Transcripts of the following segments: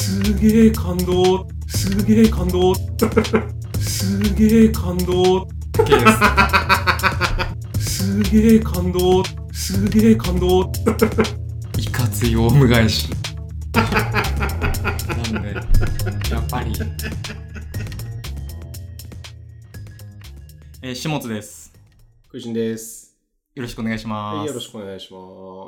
すげえ感動、すげえ感動、すげえ感動 OK です。 すげえ感動、すげえ感動いかついオウム返し。なんでやっぱり下津です。 食いしんです。 よろしくお願いします。 はい、よろしくお願いします。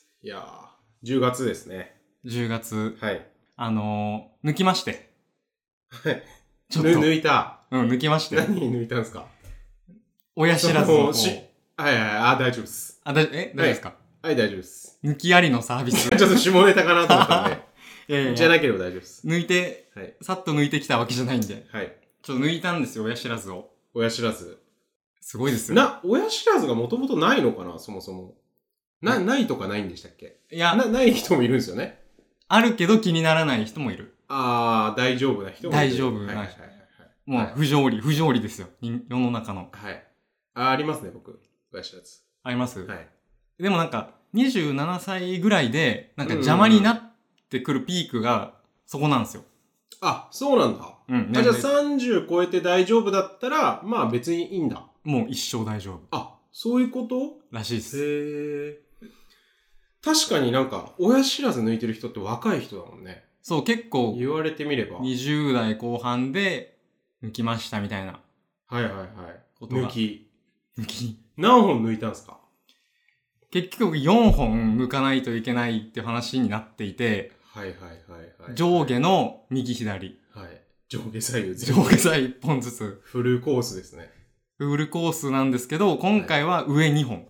いやー、10月ですね。 10月。 はい。 抜きまして。 はい。 ちょっと抜いた。 抜きまして。 何抜いたんですか？ 親知らずの方。 はいはい、大丈夫です。 大丈夫ですか？ はい、大丈夫です。 抜きありのサービス。 ちょっと下ネタかなと思ったんで。 いやじゃなければ大丈夫です。 抜いて、 はい。 さっと抜いてきたわけじゃないんで。 はい。 ちょっと抜いたんですよ、親知らずを。 親知らず。 すごいですよ。 親知らずがもともとないのかな、そもそも。ないとかないんでしたっけ？ いや、 ない人もいるんですよね。 あるけど気にならない人もいる。 大丈夫な人もいる。 大丈夫な人。 はい。 もう不条理ですよ。世の中の。 はい。ありますね、僕。親知らず。 あります？ はい。 でもなんか、27歳ぐらいで、なんか邪魔になってくるピークが、そこなんですよ。 あ、そうなんだ。 うん。 じゃあ30超えて大丈夫だったら、まあ別にいいんだ。 もう一生大丈夫。 あ、そういうことらしいです。 へー。確かになんか、親知らず抜いてる人って若い人だもんね。 そう、結構、 言われてみれば。 20代後半で抜きましたみたいな。 はい。 ことが。 抜き。 何本抜いたんですか？ 結局4本抜かないといけないって話になっていて、 はい。 上下の右左。 はい。上下左右上下左右1本ずつ。 フルコースですね。 フルコースなんですけど、今回は上2本。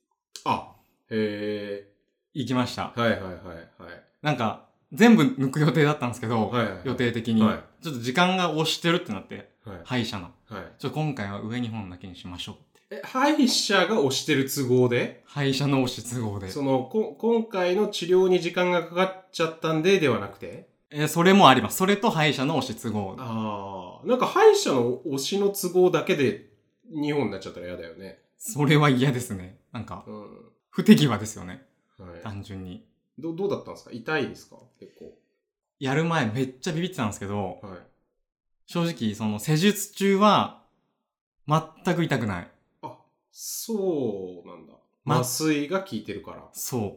へ行きました。 はい。 なんか、全部抜く予定だったんですけど、予定的に、 はい。 ちょっと時間が押してるってなって、 はい。 歯医者の。 はい。 今回は上2本だけにしましょうって。 歯医者が押してる都合で？ 歯医者の押し都合で。 今回の治療に時間がかかっちゃったんではなくて？ それもあります。それと歯医者の押し都合。 なんか歯医者の押しの都合だけで2本になっちゃったら嫌だよね。 それは嫌ですね。なんか、 うん。 不手際ですよね。 はい。 単純に。 どうだったんですか？痛いですか？結構。 やる前めっちゃビビってたんですけど、 はい。 正直、施術中は、全く痛くない。 そうなんだ。麻酔が効いてるから。 そう。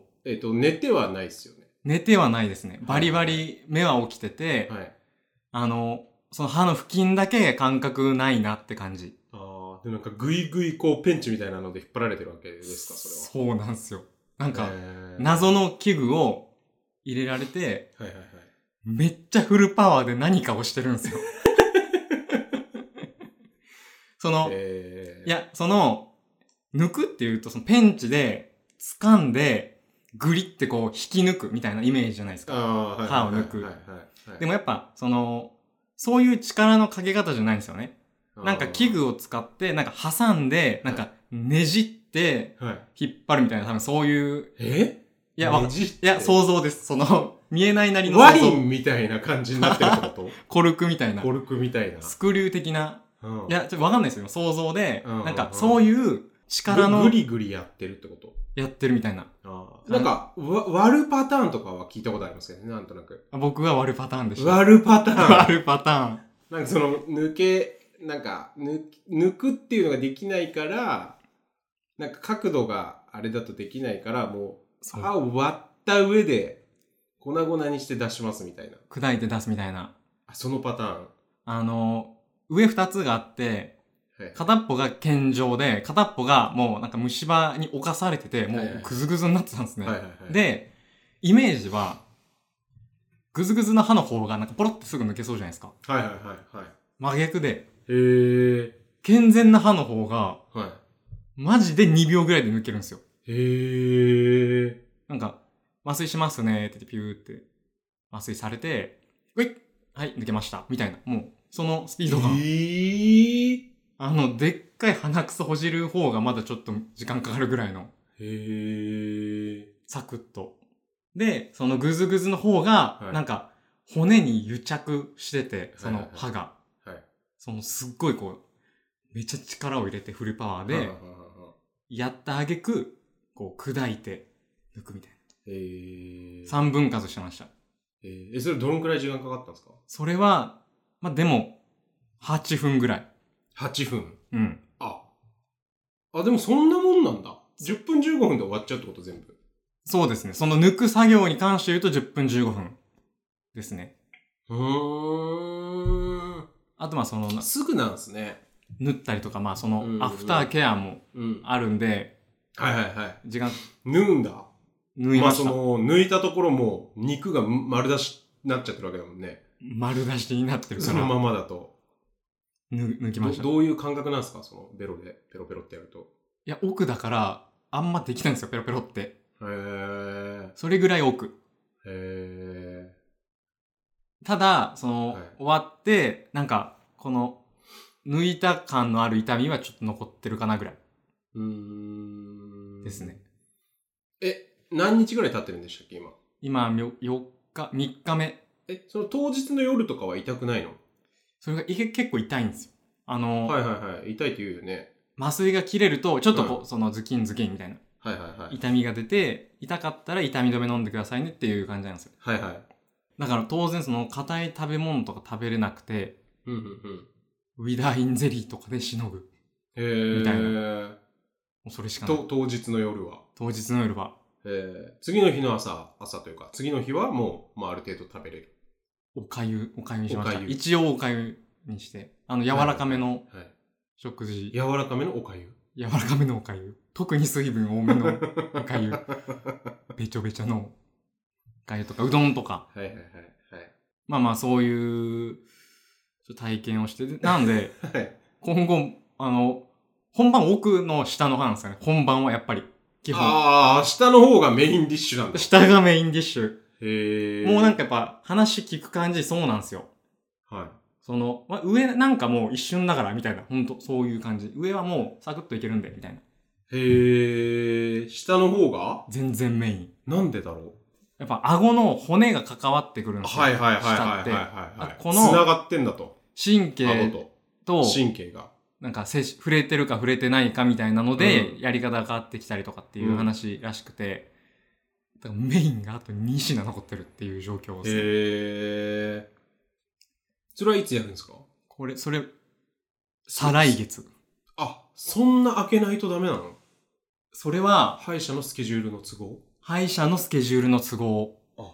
寝てはないですよね。 寝てはないですね。バリバリ目は起きてて、 はい。 その歯の付近だけ感覚ないなって感じ。 で、なんかグイグイこうペンチみたいなので引っ張られてるわけですか、それは。 そうなんですよ。なんか、謎の器具を入れられて、 はい。 めっちゃフルパワーで何かをしてるんですよ。抜くっていうと、ペンチで掴んで、グリってこう引き抜くみたいなイメージじゃないですか。歯を抜く。でもやっぱ、そういう力のかけ方じゃないんですよね。なんか器具を使って、なんか挟んで、なんかねじって、引っ張るみたいな、多分そういう。いや、想像です。見えないなりの想像。ワインみたいな感じになってるってことコルクみたいな。スクリュー的な。いや、ちょっとわかんないですよ。想像で。なんか、そういう力の。 グリグリやってるってこと？ やってるみたいな。 なんか、割るパターンとかは聞いたことありますけどね、なんとなく。 僕は割るパターンでした。 割るパターン割るパターン。 なんか抜くっていうのができないから、なんか角度があれだとできないから、もう、歯を割った上で、粉々にして出しますみたいな。 砕いて出すみたいな。 そのパターン。 上二つがあって、片っぽが健常で、片っぽがもうなんか虫歯に侵されてて、もうグズグズになってたんですね。で、イメージは、グズグズの歯の方がなんかポロってすぐ抜けそうじゃないですか。真逆で、健全な歯の方が、マジで2秒ぐらいで抜けるんですよ。なんか、麻酔しますねって言ってピューって麻酔されて、はい、抜けました。みたいな。もう、そのスピードが。でっかい鼻くそほじる方がまだちょっと時間かかるぐらいの。サクッと。で、そのグズグズの方が、なんか、骨に癒着してて、その歯が。すっごいこう、めっちゃ力を入れてフルパワーで、やったあげく、こう、砕いて、抜くみたいな。3分割してました。 それどのくらい時間かかったんですか？ それは、まあ、でも、8分ぐらい。 8分。 うん。 でもそんなもんなんだ。10分15分で終わっちゃうってこと全部。 そうですね。その抜く作業に関して言うと10分15分ですね。あとまあその、 すぐなんですね。 縫ったりとか、まあその、アフターケアもあるんで、 はいはいはい。 時間。 縫うんだ。 縫いました。 まあその、抜いたところも肉が丸出しになっちゃってるわけだもんね。 丸出しになってるから。 そのままだと。 抜きました。 どういう感覚なんですか？そのベロでペロペロってやると。 いや、奥だからあんまできないんですよ、ペロペロって。それぐらい奥。ただ、その、終わって、なんか、この、抜いた感のある痛みはちょっと残ってるかなぐらい。ですね。 何日ぐらい経ってるんでしたっけ、今。 今、3日目。 その当日の夜とかは痛くないの？ それが結構痛いんですよ。はいはいはい。痛いって言うよね。 麻酔が切れると、ちょっとこう、そのズキンズキンみたいな。 はいはいはい。 痛みが出て、痛かったら痛み止め飲んでくださいねっていう感じなんですよ。 はいはい。だから当然その硬い食べ物とか食べれなくて、ウィダーインゼリーとかでしのぐ。みたいな。もうそれしかない。 当日の夜は。次の日の朝というか、次の日はもう、まあある程度食べれる。 おかゆにしました。一応おかゆにして。柔らかめの食事。 柔らかめのおかゆ。 柔らかめのおかゆ。特に水分多めのおかゆ。べちょべちょのおかゆとか、うどんとか。まあまあそういう体験をして、なんで、今後、本番奥の下の方なんですよね。本番はやっぱり。基本。 下の方がメインディッシュなんだ。 下がメインディッシュ。もうなんかやっぱ話聞く感じそうなんですよ。 はい。 上なんかもう一瞬だからみたいな。ほんと、そういう感じ。上はもうサクッといけるんで、みたいな。 下の方が全然メイン。 なんでだろう？ やっぱ顎の骨が関わってくるんですよ。 はい。この、繋がってんだと。 神経と、 神経が。 なんか触れてるか触れてないかみたいなので、やり方が変わってきたりとかっていう話らしくて、だからメインがあと2品残ってるっていう状況ですね。 それはいつやるんですか？ 再来月。 そんな開けないとダメなの？ それは、 歯医者のスケジュールの都合？ 歯医者のスケジュールの都合。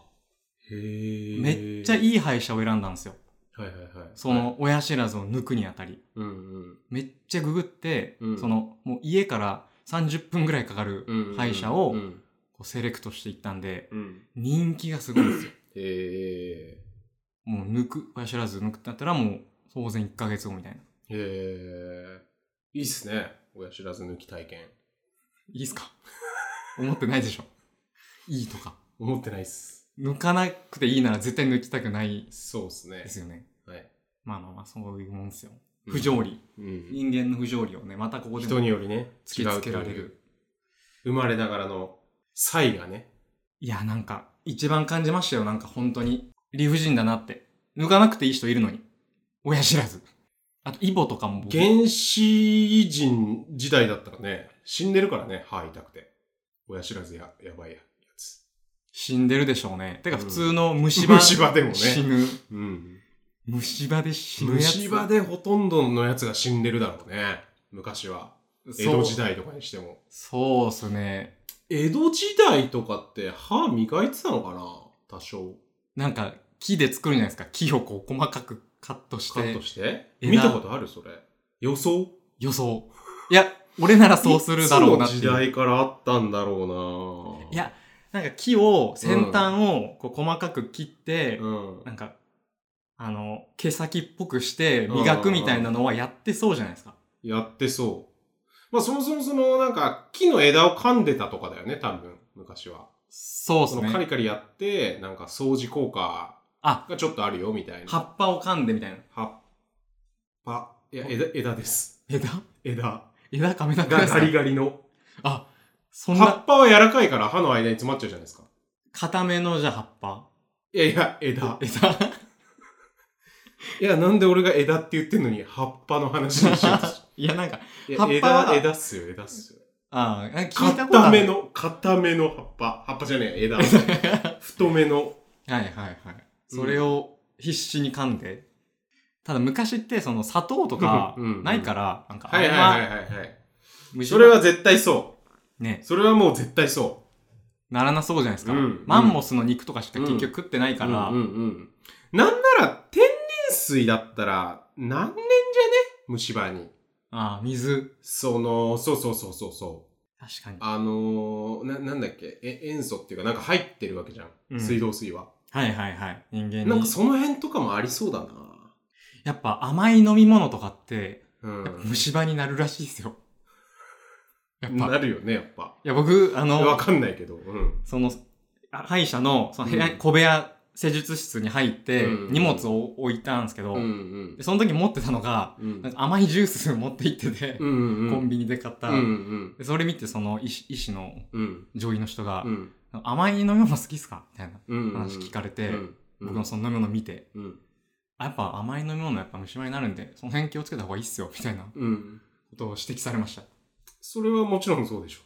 めっちゃいい歯医者を選んだんですよ。その親知らずを抜くにあたり。めっちゃググって、もう家から30分ぐらいかかる歯医者をセレクトしていったんで、人気がすごいんですよ。もう親知らず抜くってなったらもう当然1ヶ月後みたいな。 いいっすね。親知らず抜き体験。 いいっすか？思ってないでしょ？いいとか。 思ってないっす。 抜かなくていいなら絶対抜きたくない。 そうっすね。 ですよね。 はい。 まあ、そういうもんですよ。不条理。人間の不条理をね、またここで人によりね、 突きつけられる。 生まれながらの才がね。 いや、なんか、一番感じましたよ。なんか本当に。理不尽だなって。抜かなくていい人いるのに。親知らず。あと、イボとかも。 原始人時代だったらね、死んでるからね、歯痛くて。親知らずやばいやつ。 死んでるでしょうね。てか普通の虫歯でもね。 死ぬ。虫歯で死ぬやつ。 虫歯でほとんどのやつが死んでるだろうね。昔は。江戸時代とかにしても。 そうっすね。 江戸時代とかって歯磨いてたのかな？多少。 なんか木で作るじゃないですか。木をこう細かくカットして。 見たことある？それ。予想。 いや、俺ならそうするだろうなっていう。 いつの時代からあったんだろうな。 いや、なんか木を、先端をこう細かく切って、なんか、毛先っぽくして磨くみたいなのはやってそうじゃないですか。 やってそう。まあそもそもなんか木の枝を噛んでたとかだよね、多分、昔は。 そうですね。 カリカリやって、なんか掃除効果がちょっとあるよ、みたいな。 葉っぱを噛んでみたいな。 葉っぱ。いや、枝です。枝噛めなくないですか？ ガリガリの。 そんな。 葉っぱは柔らかいから歯の間に詰まっちゃうじゃないですか。 固めのじゃ葉っぱ？ いや、枝。いや、なんで俺が枝って言ってんのに葉っぱの話にしようとしいや、なんか、葉っぱは枝っすよ。 聞いたことある。 固めの葉っぱ。葉っぱじゃねえ、枝。太めの。 はいはいはい。それを必死に噛んで。ただ昔ってその砂糖とかないから、なんかはいはいはいはいはい。それは絶対そう。ね。それはもう絶対そう。 ならなそうじゃないですか。マンモスの肉とかしか結局食ってないから。 なんなら天然水だったら何年じゃね虫歯に。 ああ、水。 そうそう。 確かに。 なんだっけ塩素っていうかなんか入ってるわけじゃん。水道水は。 はいはいはい。人間に。 なんかその辺とかもありそうだな。 やっぱ甘い飲み物とかって、虫歯になるらしいですよ。 やっぱ。なるよね、やっぱ。 いや、僕、 わかんないけど。 その、歯医者の、その部屋、小部屋、施術室に入って、荷物を置いたんですけど、でその時持ってたのが、なんか甘いジュース持って行ってて、コンビニで買った。でそれ見て、その医師の上位の人が、甘い飲み物好きっすかみたいな話聞かれて、僕のその飲み物見て、やっぱ甘い飲み物やっぱ虫歯になるんで、その辺気をつけた方がいいっすよ、みたいなことを指摘されました。 それはもちろんそうでしょ。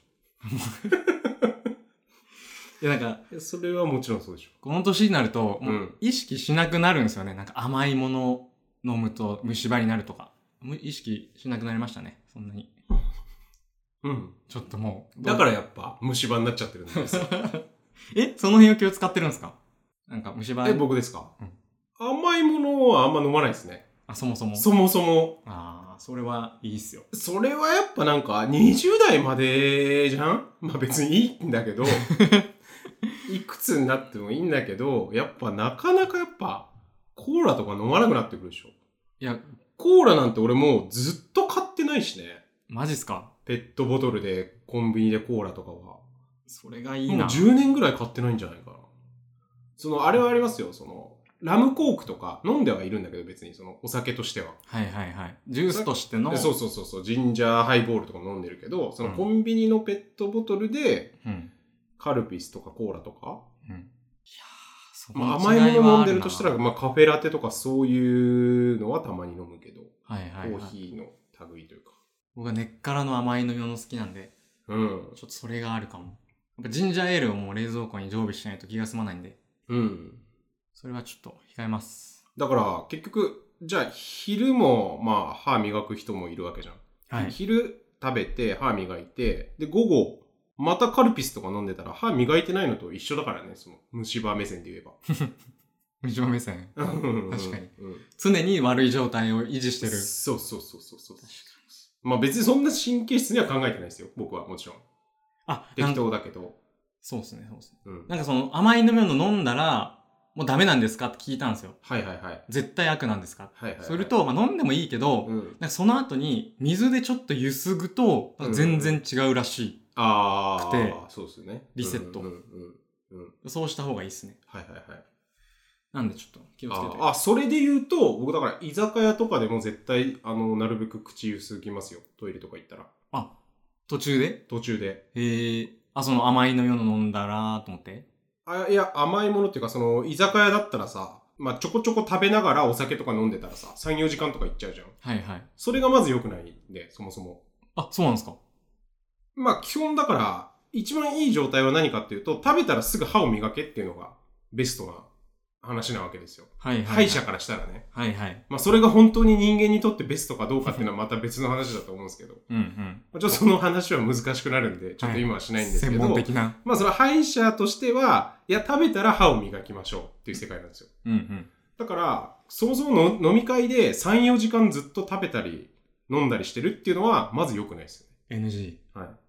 いやなんか、 それはもちろんそうでしょ。 この年になると、もう意識しなくなるんですよね。なんか甘いものを飲むと虫歯になるとか。意識しなくなりましたね、そんなに。ちょっともう。 だからやっぱ虫歯になっちゃってるんですよ。 その辺を気を使ってるんですか？なんか虫歯。 僕ですか？甘いものはあんま飲まないですね。 そもそも。 そもそも。 それはいいっすよ。 それはやっぱなんか20代までじゃん？まあ別にいいんだけど、いくつになってもいいんだけど、やっぱなかなかやっぱコーラとか飲まなくなってくるでしょ。 いや、 コーラなんて俺もうずっと買ってないしね。 マジっすか？ ペットボトルでコンビニでコーラとかは。 それがいいな。 もう10年ぐらい買ってないんじゃないかな。あれはありますよ、ラムコークとか飲んではいるんだけど別にお酒としては。 はいはいはい。ジュースとしての。 そう。ジンジャーハイボールとか飲んでるけど、コンビニのペットボトルで、カルピスとかコーラとか。いやー、甘いもの飲んでるとしたら、カフェラテとかそういうのはたまに飲むけど。コーヒーの類というか。 僕は根っからの甘い飲み物好きなんで。ちょっとそれがあるかも。やっぱジンジャーエールをもう冷蔵庫に常備しないと気が済まないんで。それはちょっと控えます。 だから結局、じゃあ昼も歯磨く人もいるわけじゃん。昼食べて歯磨いて、で午後またカルピスとか飲んでたら歯磨いてないのと一緒だからね、虫歯目線で言えば。 虫歯目線。確かに、常に悪い状態を維持してる。 そう。別にそんな神経質には考えてないですよ、僕はもちろん。適当だけど。 そうですね。なんか甘い飲み物飲んだら、もうダメなんですかって聞いたんですよ。絶対悪なんですか？それと、飲んでもいいけど、なんかその後に水でちょっとゆすぐと、全然違うらしい。くて、 そうですね。 リセット。そうした方がいいですね。なんでちょっと気をつけて。 それで言うと、僕だから居酒屋とかでも絶対、なるべく口ゆすぎますよ。トイレとか行ったら。 途中で。甘い飲み物飲んだらと思って。 いや、甘いものっていうか、居酒屋だったらさ、ちょこちょこ食べながらお酒とか飲んでたらさ、3、4時間とか行っちゃうじゃん。それがまず良くないんで、そもそも。 そうなんですか？ 基本だから、一番いい状態は何かっていうと、食べたらすぐ歯を磨けっていうのがベストな話なわけですよ。歯医者からしたらね。それが本当に人間にとってベストかどうかっていうのはまた別の話だと思うんですけど。ちょっとその話は難しくなるんで、ちょっと今はしないんですけど。 専門的な。 その歯医者としては、いや、食べたら歯を磨きましょうっていう世界なんですよ。だから、そもそもの飲み会で3、4時間ずっと食べたり飲んだりしてるっていうのは、まず良くないですよね。 NG。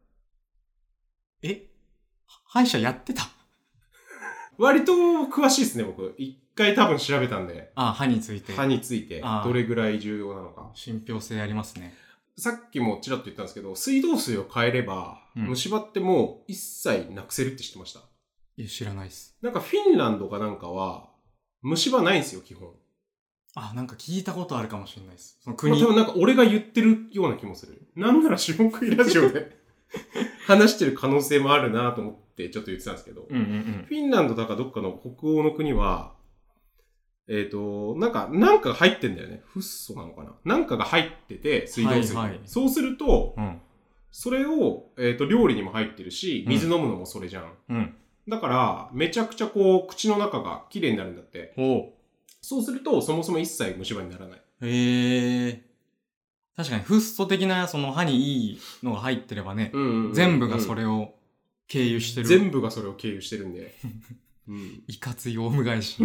歯医者やってた？ 割と詳しいですね、僕。一回多分調べたんで。 歯について。 どれぐらい重要なのか。 信憑性ありますね。 さっきもちらっと言ったんですけど、水道水を変えれば、虫歯ってもう一切なくせるって知ってました？ 知らないっす。 なんかフィンランドかなんかは、虫歯ないんですよ、基本。 なんか聞いたことあるかもしれないです。 その国。多分なんか俺が言ってるような気もする。なんなら下食いラジオで話してる可能性もあるなと思ってちょっと言ってたんですけど、フィンランドだかどっかの北欧の国は、なんか入ってんだよね。フッ素なのかな、なんかが入ってて、水道水。そうすると、それを、料理にも入ってるし、水飲むのもそれじゃん。 だから、めちゃくちゃこう、口の中が綺麗になるんだって。そうすると、そもそも一切虫歯にならない。 へえ。確かに、フッ素的な、その歯にいいのが入ってればね、全部がそれを経由してる。 全部がそれを経由してるんで。 いかついオウム返し。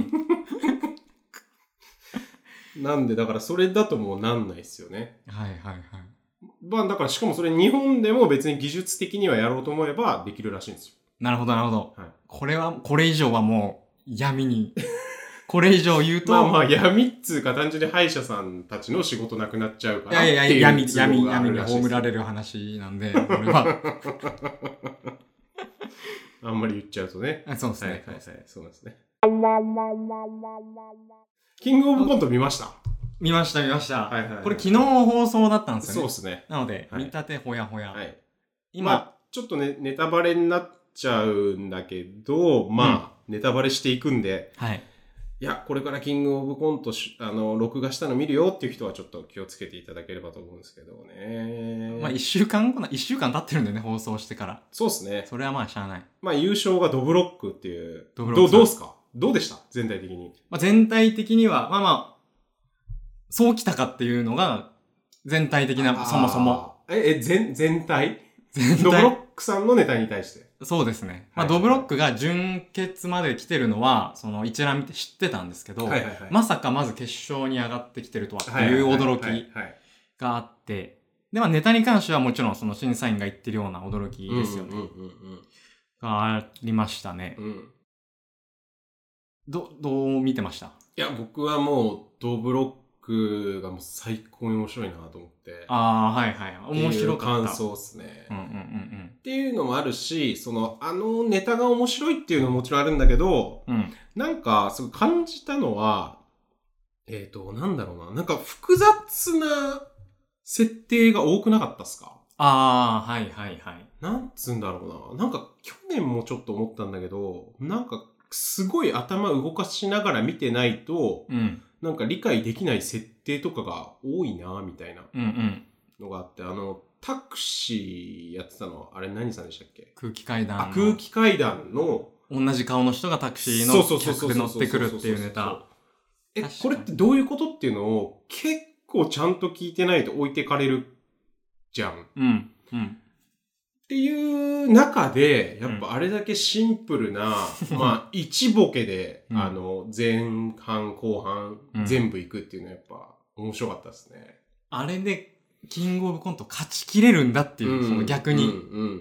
なんで、だからそれだともうなんないっすよね。 はいはいはい。 まあ、だからしかもそれ日本でも別に技術的にはやろうと思えばできるらしいんですよ。 なるほどなるほど。はい、これ以上はもう闇に。これ以上言うと。 まあ闇っつうか単純に歯医者さんたちの仕事なくなっちゃうからっていう。 いや闇に葬られる話なんで、これは。 あんまり言っちゃうとね。 そうですね。 はい、そうですね。キングオブコント見ました？ 見ました。これ昨日放送だったんですよね。 そうですね。 なので、見立てほやほや。はい。 今、ちょっとね、ネタバレになっちゃうんだけど、ネタバレしていくんで、はい。いや、これからキングオブコント録画したの見るよっていう人はちょっと気をつけていただければと思うんですけどね。 1週間経ってるんだよね、放送してから。 そうですね。 それはしゃあない。 優勝がドブロックっていう。どうですか？どうでした全体的に。 全体的には、そうきたかっていうのが、全体的な、そもそも。 全体ドブロックさんのネタに対して。 そうですね。ドブロックが準決まで来てるのは、その一覧見て知ってたんですけど、まさかまず決勝に上がってきてるとはっていう驚きがあって、で、ネタに関してはもちろんその審査員が言ってるような驚きですよね。がありましたね。どう見てました？ いや、僕はもうドブロックがもう最高に面白いなと思って。 はい。面白かった。 感想っすね。っていうのもあるし、ネタが面白いっていうのももちろんあるんだけど、なんか、すごい感じたのは、なんだろうな。なんか複雑な設定が多くなかったっすか？ はい。 なんつうんだろうな。なんか去年もちょっと思ったんだけど、なんかすごい頭動かしながら見てないと、なんか理解できない設定とかが多いなみたいなのがあって、タクシーやってたのは、あれ何さんでしたっけ？ 空気階段。 空気階段の同じ顔の人がタクシーの客で乗ってくるっていうネタ。 これってどういうことっていうのを結構ちゃんと聞いてないと置いてかれるじゃん。っていう中で、やっぱあれだけシンプルな、一ボケで、前半後半全部いくっていうのはやっぱ面白かったですね。 あれでキングオブコント勝ちきれるんだっていう、その逆に、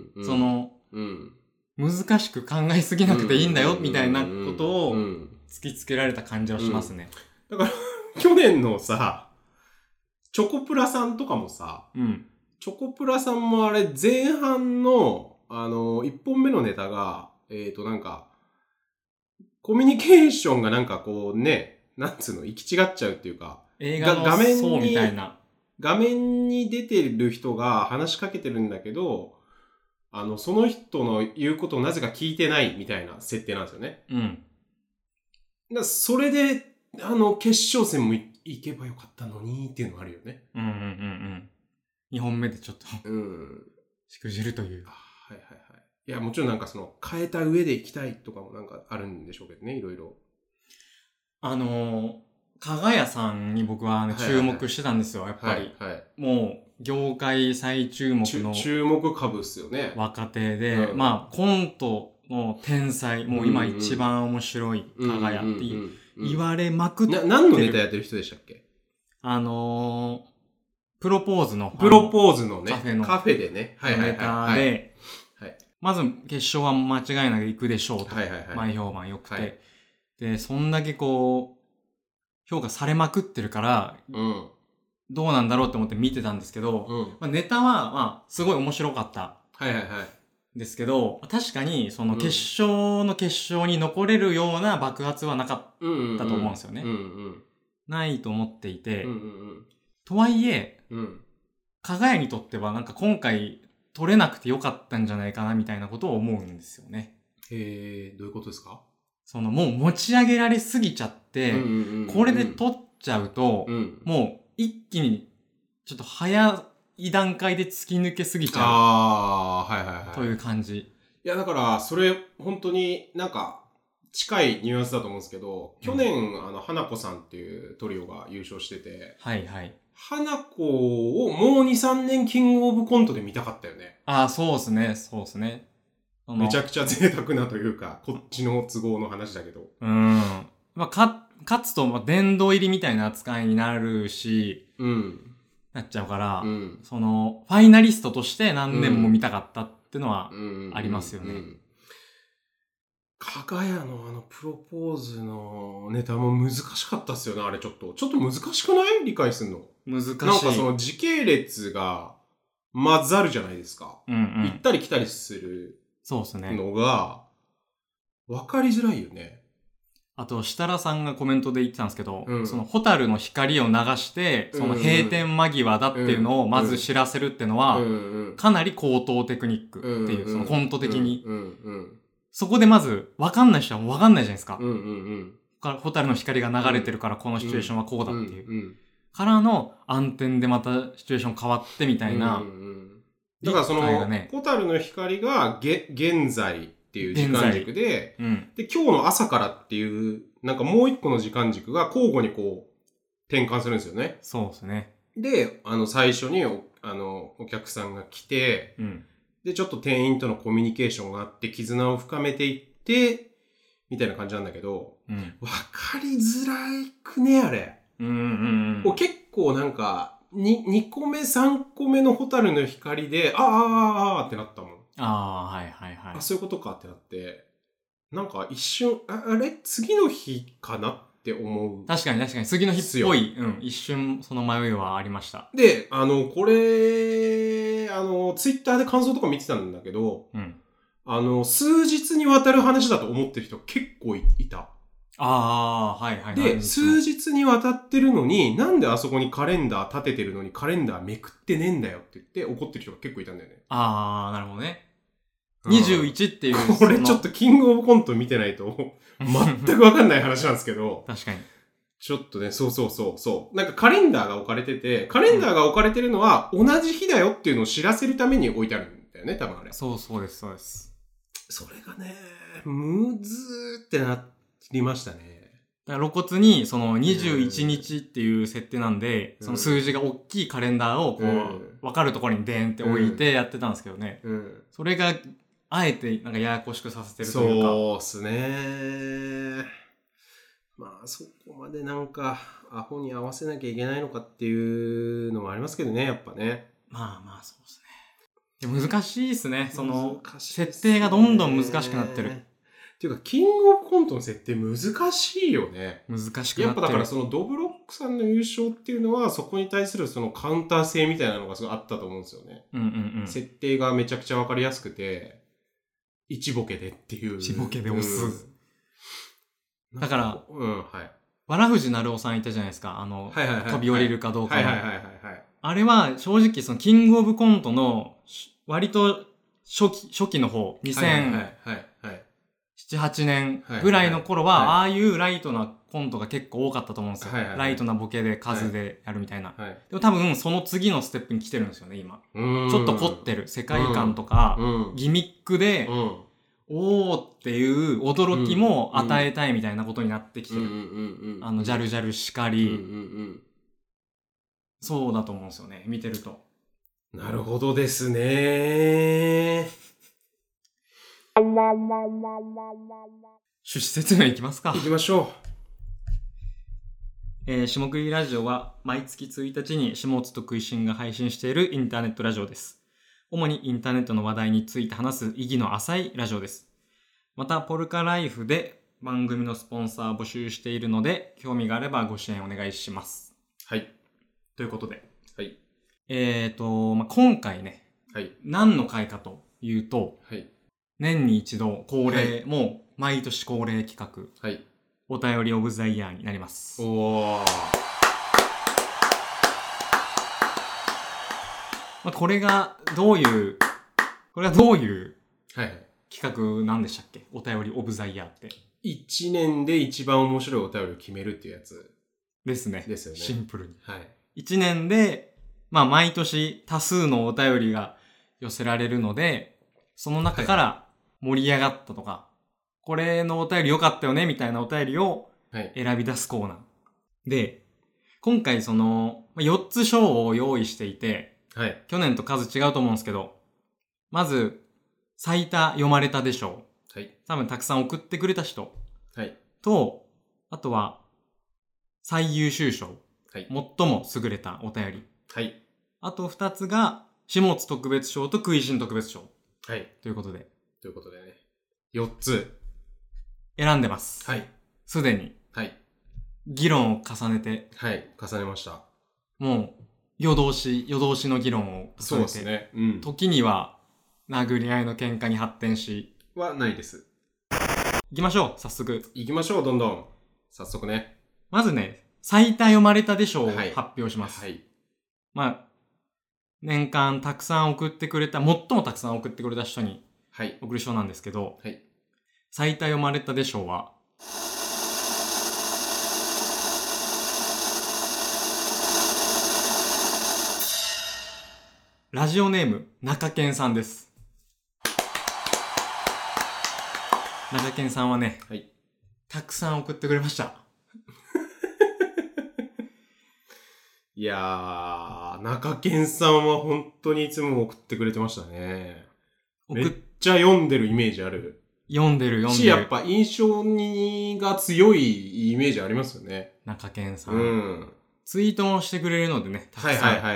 難しく考えすぎなくていいんだよみたいなことを突きつけられた感じはしますね。 だから、去年のさ、チョコプラさんとかもさ、チョコプラさんもあれ前半の、1本目のネタが、なんか、コミュニケーションがなんかこうね、なんつうの、行き違っちゃうっていうか、 映画のそうみたいな。 画面に出てる人が話しかけてるんだけど、その人の言うことをなぜか聞いてないみたいな設定なんですよね。それで、決勝戦も行けばよかったのにっていうのがあるよね。 2本目でちょっと、しくじるという。 いや、もちろんなんか変えた上で行きたいとかもなんかあるんでしょうけどね、いろいろ。 かがやさんに僕は、注目してたんですよ、やっぱり。もう、業界最注目の。 注目株っすよね。 若手で、コントの天才、もう今一番面白いかがやって言われまくってる。 何のネタやってる人でしたっけ？ プロポーズのね。カフェでね。 ネタで、まず決勝は間違いなく行くでしょうと。前評判良くて。で、そんだけこう、評価されまくってるから、どうなんだろうって思って見てたんですけど、ネタは、すごい面白かった。ですけど、確かに、その決勝の決勝に残れるような爆発はなかったと思うんですよね。ないと思っていて、とはいえ、かがやにとってはなんか今回取れなくてよかったんじゃないかなみたいなことを思うんですよね。 どういうことですか？ もう持ち上げられすぎちゃって、これで取っちゃうと、もう一気にちょっと早い段階で突き抜けすぎちゃう。という感じ。 いや、だから、それ、本当になんか、近いニュアンスだと思うんですけど、去年、花子さんっていうトリオが優勝してて、 はいはい。 花子をもう2、3年キングオブコントで見たかったよね。 ああ、そうですね、そうですね。 めちゃくちゃ贅沢なというか、こっちの都合の話だけど。 まあ、かつと、殿堂入りみたいな扱いになるし、なっちゃうから、その、ファイナリストとして何年も見たかったっていうのはありますよね。 かがやのプロポーズのネタも難しかったっすよね、あれちょっと難しくない？理解すんの。 難しい。 なんかその時系列が混ざるじゃないですか。行ったり来たりするのが分かりづらいよね。 あと、設楽さんがコメントで言ってたんですけど、そのホタルの光を流して、その閉店間際だっていうのをまず知らせるっていうのは、かなり高等テクニックっていう、そのコント的に。そこでまず、わかんない人はわかんないじゃないですか。ホタルの光が流れてるからこのシチュエーションはこうだっていう。からの暗転でまたシチュエーション変わってみたいな。 だからその、ホタルの光が現在っていう時間軸で、で、今日の朝からっていう、なんかもう一個の時間軸が交互にこう、転換するんですよね。 そうですね。 で、最初にお客さんが来て、で、ちょっと店員とのコミュニケーションがあって、絆を深めていって、みたいな感じなんだけど、わかりづらくね、あれ。結構なんか、2個目、3個目のホタルの光で、あーってなったもん。 はいはいはい。 そういうことかってなって、なんか一瞬、あれ次の日かなって思う。 確かに次の日っぽい、一瞬その迷いはありました。 で、これ、ツイッターで感想とか見てたんだけど、数日にわたる話だと思ってる人結構いた。 はいはい。 で、数日にわたってるのに、なんであそこにカレンダー立ててるのにカレンダーめくってねえんだよって言って怒ってる人が結構いたんだよね。 なるほどね。21っていう。 これちょっとキングオブコント見てないと、全くわかんない話なんですけど。 確かに。 ちょっとね、そう。なんかカレンダーが置かれてて、カレンダーが置かれてるのは同じ日だよっていうのを知らせるために置いてあるんだよね、多分あれ。 そうです。 それがね、むずーってなりましたね。 だから露骨にその21日っていう設定なんで、その数字が大きいカレンダーをこう、わかるところにデーンって置いてやってたんですけどね。それが、あえてなんかややこしくさせてるというか。 そうっすね。まあそこまでなんかアホに合わせなきゃいけないのかっていうのもありますけどね、やっぱね。 まあそうですね。難しいですね。その設定がどんどん難しくなってる。 っていうかキングオブコントの設定難しいよね。 難しくなってる。 やっぱだからそのドブロックさんの優勝っていうのはそこに対するそのカウンター性みたいなのがすごいあったと思うんですよね。設定がめちゃくちゃわかりやすくて、一ボケでっていう。 一ボケで押す。だから、わらふじなるおさんいたじゃないですか。飛び降りるかどうかの。あれは正直そのキングオブコントの割と初期の方、2007、8年ぐらいの頃は、ああいうライトなコントが結構多かったと思うんですよ。ライトなボケで数でやるみたいな。でも多分その次のステップに来てるんですよね、今。ちょっと凝ってる世界観とか、ギミックで、おーっていう驚きも与えたいみたいなことになってきてる。ジャルジャルしかり。そうだと思うんですよね、見てると。 なるほどですね。 趣旨説明いきますか。 いきましょう。下食いラジオは毎月1日に下津と食いしんが配信しているインターネットラジオです。主にインターネットの話題について話す意義の浅いラジオです。また、ポルカライフで番組のスポンサー募集しているので、興味があればご支援お願いします。 はい。 ということで。 はい。 今回ね、何の回かというと、年に一度恒例、もう毎年恒例企画、お便りオブザイヤーになります。これがどういう企画なんでしたっけ？お便りオブザイヤーって。 1年で一番面白いお便りを決めるっていうやつ。 ですね。 ですよね。 シンプルに。1年で、毎年多数のお便りが寄せられるので、その中から、 盛り上がったとか、これのお便り良かったよねみたいなお便りを選び出すコーナー。で、今回その、4つ賞を用意していて、はい、去年と数違うと思うんですけど、まず、最多読まれたで賞。はい。多分たくさん送ってくれた人。はい。と、あとは、最優秀賞。はい。最も優れたお便り。はい。あと2つが、下津特別賞と食いしん特別賞。はい。ということでね。 4つ。 選んでます。はい。すでに。はい。議論を重ねて。 はい。重ねました。 もう、夜通しの議論を重ねて。 そうですね。うん。 時には、殴り合いの喧嘩に発展し。 はないです。 行きましょう、早速。 行きましょう、どんどん。早速ね。 まずね、最多読まれたで賞を発表します。はい。まあ、年間たくさん送ってくれた、最もたくさん送ってくれた人に、送る賞なんですけど、はい。最多読まれたで賞は、ラジオネーム、中堅さんです。中堅さんはね、はい、たくさん送ってくれました。 いやー、中堅さんは本当にいつも送ってくれてましたね。めっちゃ読んでるイメージある。 読んでる。 やっぱ印象が強いイメージありますよね。 中堅さん。うん。ツイートもしてくれるのでね、 たくさん。はい。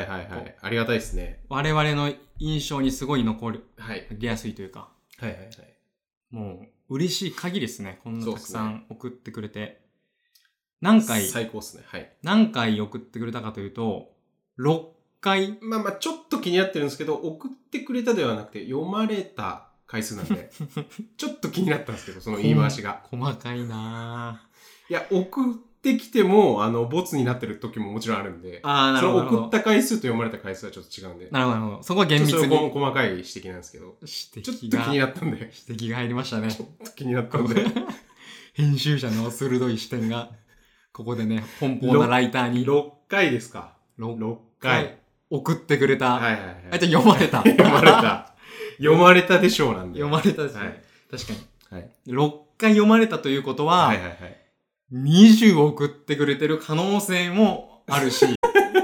ありがたいですね。 我々の印象にすごい残る。はい。出やすいというか。はい。もう、嬉しい限りですね。こんなたくさん送ってくれて。 最高ですね。はい。 何回送ってくれたかというと、6回。 まあ、ちょっと気になってるんですけど、送ってくれたではなくて、読まれた回数なんで、ちょっと気になったんですけど、その言い回しが。 細かいなぁ。 いや、送ってきても、ボツになってる時ももちろんあるんで、なるほど。その送った回数と読まれた回数はちょっと違うんで。 なるほど。そこは厳密に。 そこ細かい指摘なんですけど、ちょっと気になったんで。 指摘が入りましたね。 ちょっと気になったんで。 編集者の鋭い視点が、ここでね、奔放なライターに。 6回ですか。6回。 送ってくれた。 はい。 じゃあ読まれた。 読まれたでしょうなんで。 読まれたですね。はい、確かに。はい。6回読まれたということは、20送ってくれてる可能性もあるし。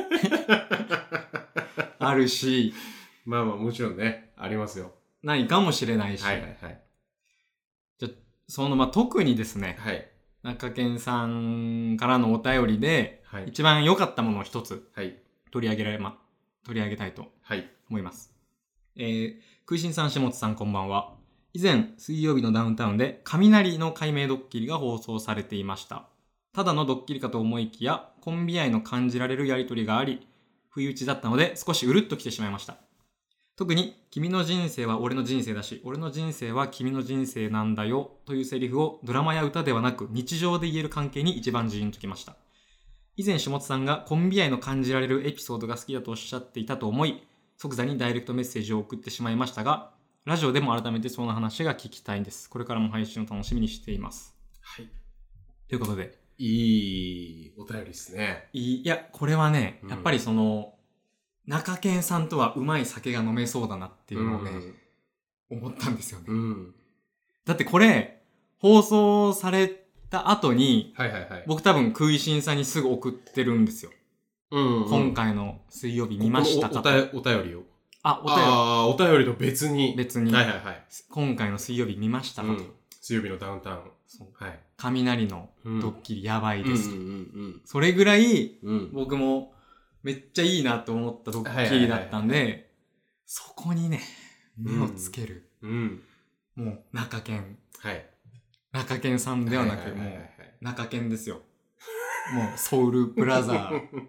あるし。 まあもちろんね、ありますよ。 ないかもしれないし。はい。じゃあ、特にですね。はい。中堅さんからのお便りで、一番良かったものを一つ、取り上げたいと思います。食いしんさん、下津さん、こんばんは。以前、水曜日のダウンタウンで、雷の解明ドッキリが放送されていました。ただのドッキリかと思いきや、コンビ愛の感じられるやりとりがあり、不意打ちだったので、少しうるっときてしまいました。特に、君の人生は俺の人生だし、俺の人生は君の人生なんだよというセリフをドラマや歌ではなく日常で言える関係に一番ジーンときました。以前下津さんがコンビ愛の感じられるエピソードが好きだとおっしゃっていたと思い、即座にダイレクトメッセージを送ってしまいましたが、ラジオでも改めてその話が聞きたいんです。これからも配信を楽しみにしています。はい。ということで。 いいお便りですね。 いや、これはね、やっぱりその、中堅さんとはうまい酒が飲めそうだなっていうのをね、思ったんですよね。だってこれ、放送された後に、僕多分食いしんさんにすぐ送ってるんですよ。今回の水曜日見ましたかと。 お便りを。 お便りと別に。 今回の水曜日見ましたかと。 水曜日のダウンタウン。 雷のドッキリやばいです。それぐらい、僕もめっちゃいいなと思ったドッキリだったんで、そこにね、目をつける。もう中堅。中堅さんではなく、もう中堅ですよ。もうソウルブラザー。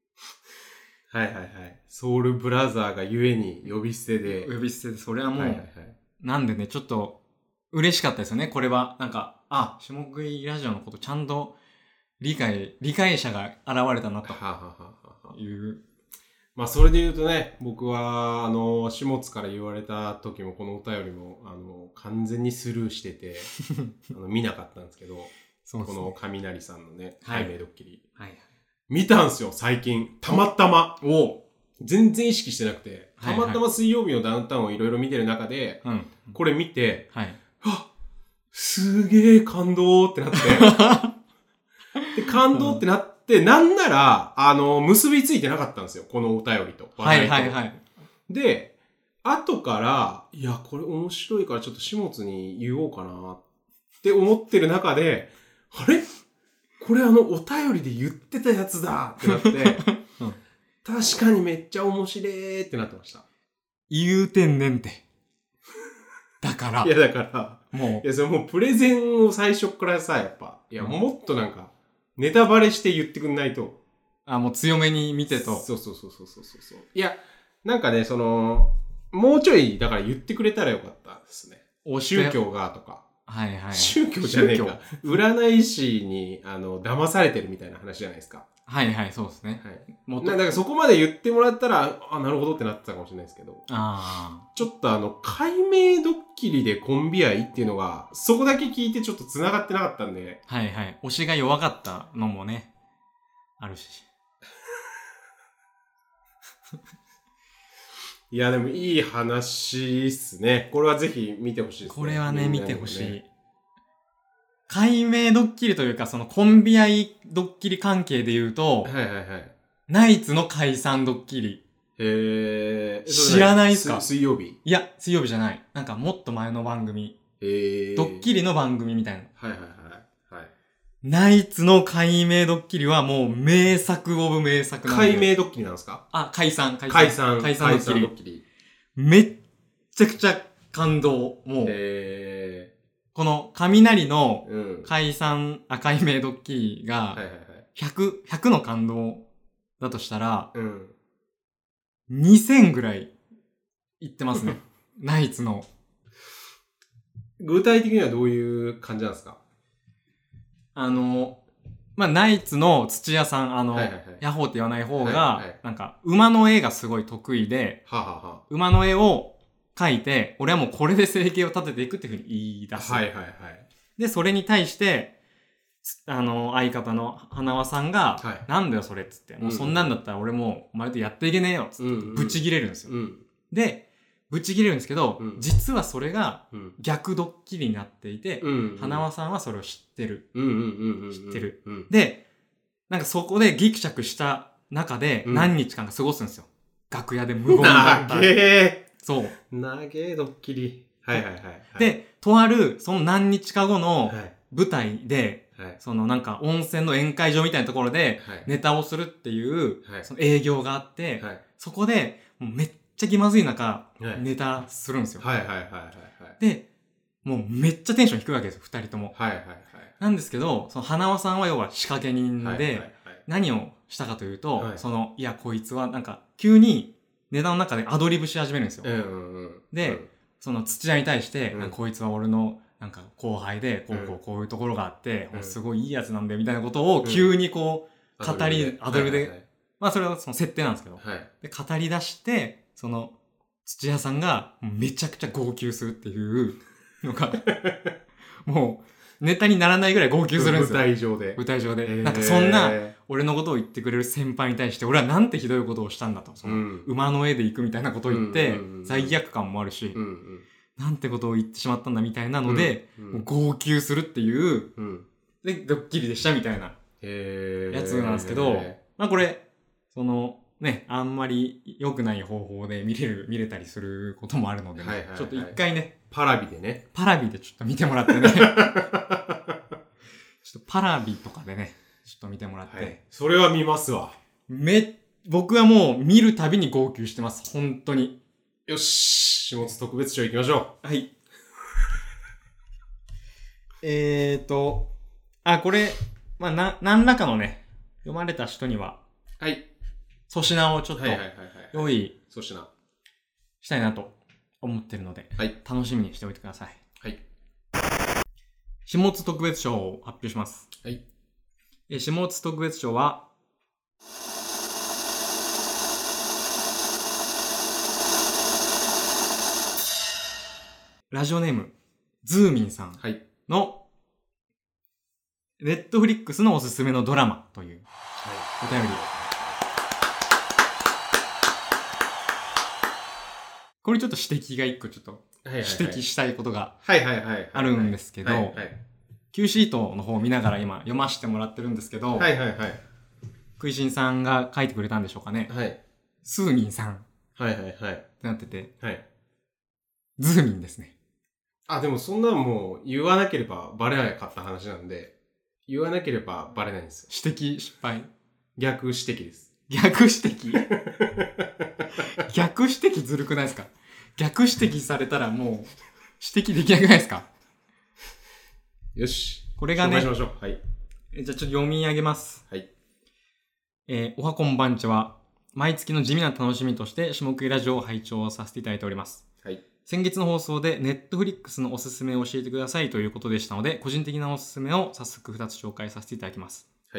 ソウルブラザーがゆえに呼び捨てで。 それはもう、なんでね、ちょっと嬉しかったですよね。これは、なんか、下食いラジオのことちゃんと理解者が現れたなという。 まあ、それで言うとね、僕は、下津から言われた時も、このお便りも、完全にスルーしてて、見なかったんですけど、この雷さんのね、解明ドッキリ。見たんすよ、最近。たまたま。全然意識してなくて。たまたま水曜日のダウンタウンをいろいろ見てる中で、これ見て、 すげえ感動ってなって。で、感動ってなって、なんなら、結びついてなかったんですよ。このお便りと。 はいはいはい。 で、後から、いや、これ面白いからちょっと始末に言おうかなって思ってる中で、あれこれお便りで言ってたやつだってなって、うん、確かにめっちゃ面白いってなってました。 言うてんねんて。だから。 いや、だから、もう。いや、それもうプレゼンを最初からさ、やっぱ、いや、もっとなんか、ネタバレして言ってくんないと。 もう強めに見てと。 そう。いや、なんかね、もうちょい、だから言ってくれたらよかったですね。宗教がとか。 はいはい。 宗教じゃねえか。占い師に、騙されてるみたいな話じゃないですか。 はいはい、そうですね。 はい。だからそこまで言ってもらったら、なるほどってなってたかもしれないですけど。ちょっと解明ドッキリでコンビ愛っていうのが、そこだけ聞いてちょっと繋がってなかったんで。 はいはい。推しが弱かったのもね、あるし。 いや、でもいい話っすね。これはぜひ見てほしいですね。 これはね、見てほしい。解明ドッキリというか、そのコンビ愛ドッキリ関係で言うと、 はいはいはい。 ナイツの解散ドッキリ。知らないっすか？ 水曜日？ いや、水曜日じゃない。なんかもっと前の番組。ドッキリの番組みたいな。 はいはいはい。 ナイツの解明ドッキリはもう名作オブ名作なんで。解明ドッキリなんですか？ 解散ドッキリ。 めっちゃくちゃ感動。もう。この雷の解明ドッキリが100の感動だとしたら、2000ぐらいいってますね。ナイツの。 具体的にはどういう感じなんですか？ ナイツの土屋さん、ヤホーって言わない方が、なんか、馬の絵がすごい得意で、馬の絵を描いて、俺はもうこれで生計を立てていくっていうふうに言い出す。で、それに対して、相方の花輪さんが、なんだよそれっつって、もうそんなんだったら俺もうお前とやっていけねえよっつって、ブチ切れるんですよ。で、ブチ切れるんですけど、実はそれが逆ドッキリになっていて、花輪さんはそれを知ってる。で、なんかそこでギクシャクした中で何日間か過ごすんですよ。楽屋で無言だった。そう。 長えドッキリ。 で、とある、その何日か後の舞台で、そのなんか温泉の宴会場みたいなところでネタをするっていう、その営業があって、そこでもうめっちゃ気まずい中、ネタするんですよ。で、もうめっちゃテンション低いわけですよ、二人とも。なんですけど、その花輪さんは要は仕掛け人で、何をしたかというと、いや、こいつはなんか急にネタの中でアドリブし始めるんですよ。で、その土屋に対して、こいつは俺のなんか後輩で、こういうところがあって、すごいいいやつなんだよみたいなことを急にこう、アドリブで、まあそれはその設定なんですけど、で語り出して、その土屋さんがめちゃくちゃ号泣するっていうのが、もうネタにならないぐらい号泣するんですよ。舞台上で。なんかそんな俺のことを言ってくれる先輩に対して俺はなんてひどいことをしたんだと。その馬の絵で行くみたいなことを言って、罪悪感もあるし、なんてことを言ってしまったんだみたいなので、号泣するっていう、で、ドッキリでしたみたいなやつなんですけど、まあこれ、そのね、あんまり良くない方法で見れたりすることもあるのでね、ちょっと一回ね、 パラビでちょっと見てもらってね、ちょっとパラビとかでね、ちょっと見てもらって。 それは見ますわ。 僕はもう見るたびに号泣してます、本当に。 よし、下津特別賞行きましょう。はい。これ、まあ、何らかのね、読まれた人には、 はい。 粗品をちょっと、用意したいなと思ってるので、楽しみにしておいてください。 はい。 下津特別賞を発表します。 はい。 下津特別賞は、ラジオネーム、ズーミンさんの、ネットフリックスのおすすめのドラマというお便り。これちょっと指摘が一個ちょっと指摘したいことがあるんですけど、Q シートの方を見ながら今読ませてもらってるんですけど、食いしんさんが書いてくれたんでしょうかね。スーミンさん。ってなってて、ズーミンですね。 あ、でもそんなもう言わなければバレなかった話なんで、言わなければバレないんですよ。 指摘失敗。 逆指摘です。 逆指摘逆指摘ずるくないですか？逆指摘されたらもう指摘できなくないですか？ よし。 これがね。 紹介しましょう。はい。 じゃあちょっと読み上げます。 はい。 おはこんばんちは、毎月の地味な楽しみとして下食いラジオを拝聴させていただいております。 はい。 先月の放送でネットフリックスのおすすめを教えてくださいということでしたので、個人的なおすすめを早速2つ紹介させていただきます。 はい。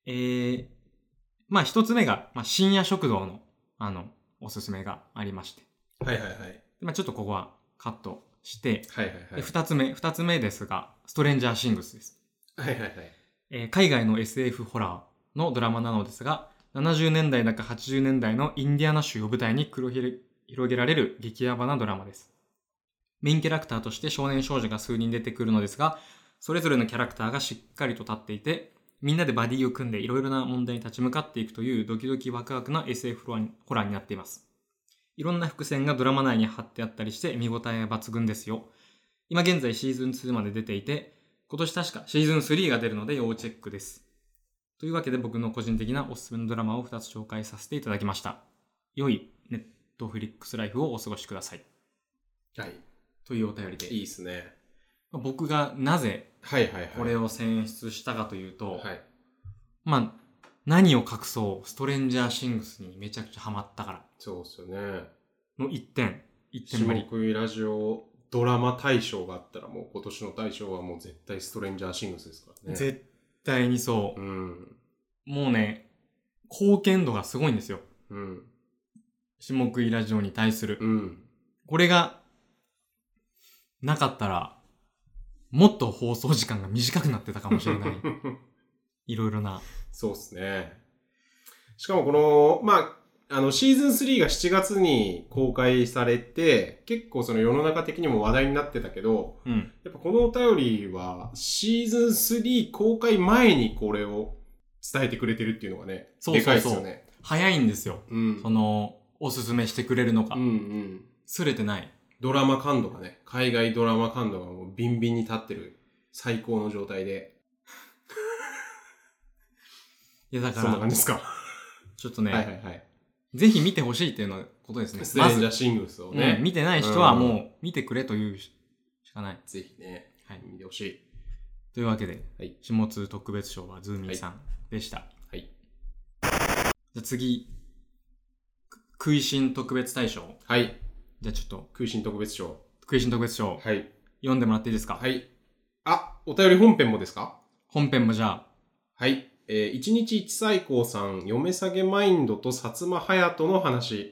まあ一つ目が、深夜食堂のおすすめがありまして。まあちょっとここはカットして、二つ目ですが、ストレンジャーシングスです。海外の SF ホラーのドラマなのですが、70年代だか80年代のインディアナ州を舞台に繰り広げられる激ヤバなドラマです。メインキャラクターとして少年少女が数人出てくるのですが、それぞれのキャラクターがしっかりと立っていて、みんなでバディを組んでいろいろな問題に立ち向かっていくというドキドキワクワクな SF ホラーになっています。いろんな伏線がドラマ内に貼ってあったりして見応え抜群ですよ。今現在シーズン2まで出ていて、今年確かシーズン3が出るので要チェックです。というわけで僕の個人的なおすすめのドラマを2つ紹介させていただきました。良いネットフリックスライフをお過ごしください。 はい。 というお便りで。 いいですね。 僕がなぜこれを選出したかというと、まあ何を隠そう、ストレンジャーシングスにめちゃくちゃハマったから。 そうですよね。 の一点下食いラジオドラマ大賞があったらもう今年の大賞はもう絶対ストレンジャーシングスですからね。 絶対にそう。もうね、貢献度がすごいんですよ。下食いラジオに対する。これがなかったら、もっと放送時間が短くなってたかもしれない。いろいろな。 そうですね。しかもこの、シーズン3が7月に公開されて、結構その世の中的にも話題になってたけど、やっぱこのお便りは、シーズン3公開前にこれを伝えてくれてるっていうのがね、でかいですよね。 早いんですよ。その、おすすめしてくれるのが。すれてない。 ドラマ感度がね、海外ドラマ感度がもうビンビンに立ってる最高の状態で。 いやだから、 そんな感じですか。 ちょっとね、ぜひ見てほしいっていうのことですね。 ストレンジャーシングスをね。 見てない人はもう見てくれというしかない。 ぜひね、見てほしい。 というわけで、下津特別賞はズーミーさんでした。じゃあ次、食いしん特別大賞。じゃあちょっと。 食いしん特別賞。 読んでもらっていいですか？ お便り本編もですか？ 本編もじゃあ。 一日一最高さん、嫁下げマインドと薩摩隼人の話。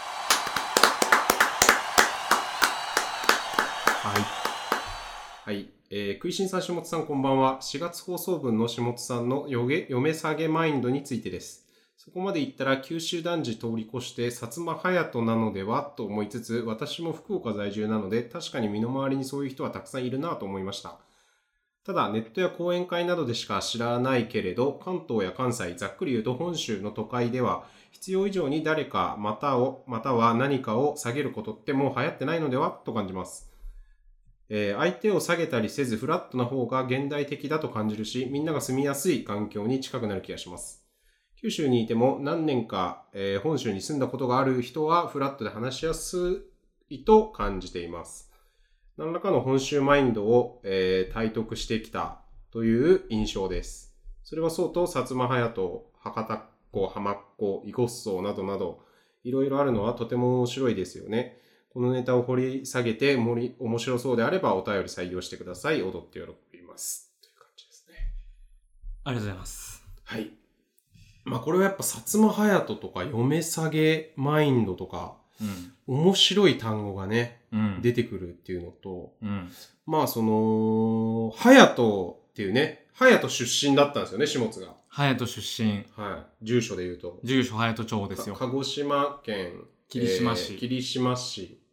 食いしんさん、下津さんこんばんは。4月放送分の下津さんの嫁下げマインドについてです。そこまで言ったら九州男児通り越して薩摩隼人なのではと思いつつ、私も福岡在住なので確かに身の回りにそういう人はたくさんいるなと思いました。ただネットや講演会などでしか知らないけれど、関東や関西、ざっくり言うと本州の都会では必要以上に誰かまたは何かを下げることってもう流行ってないのではと感じます。相手を下げたりせずフラットな方が現代的だと感じるし、みんなが住みやすい環境に近くなる気がします。九州にいても何年か、本州に住んだことがある人はフラットで話しやすいと感じています。何らかの本州マインドを、体得してきたという印象です。それはそうと薩摩隼人、博多っ子、浜っ子、囲碁荘などなどいろいろあるのはとても面白いですよね。このネタを掘り下げて面白そうであればお便り採用してください。踊って喜びます。という感じですね。 ありがとうございます。 これはやっぱ薩摩隼人とか嫁下げマインドとか、面白い単語がね、出てくるっていうのと、その隼人っていうね、隼人出身だったんですよね、下津が。 隼人出身。 住所で言うと。 住所隼人町ですよ。 鹿児島県霧島市。 霧島市。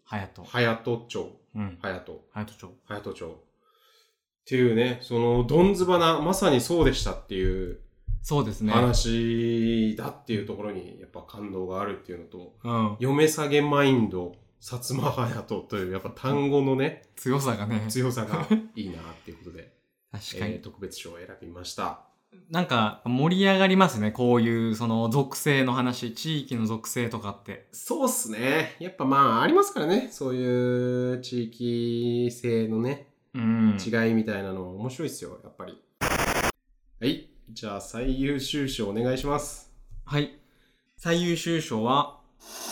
隼人町。 うん。 隼人町。っていうね、どんずばな、まさにそうでしたっていう。 そうですね。 話だっていうところに、やっぱ感動があるっていうのと、嫁下げマインド、薩摩隼人という、やっぱ単語のね、 強さがいいなっていうことで、 確かに。 特別賞を選びました。 なんか、盛り上がりますね。こういう、属性の話、地域の属性とかって。 そうっすね。やっぱありますからね。そういう地域性のね、違いみたいなの面白いっすよ、やっぱり。はい。じゃあ、最優秀賞お願いします。 はい。最優秀賞は、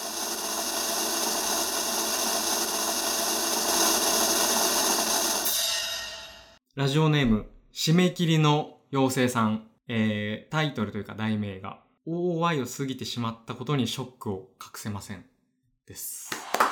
ラジオネーム、締め切りの妖精さん。タイトルというか題名が、OY を過ぎてしまったことにショックを隠せません。です。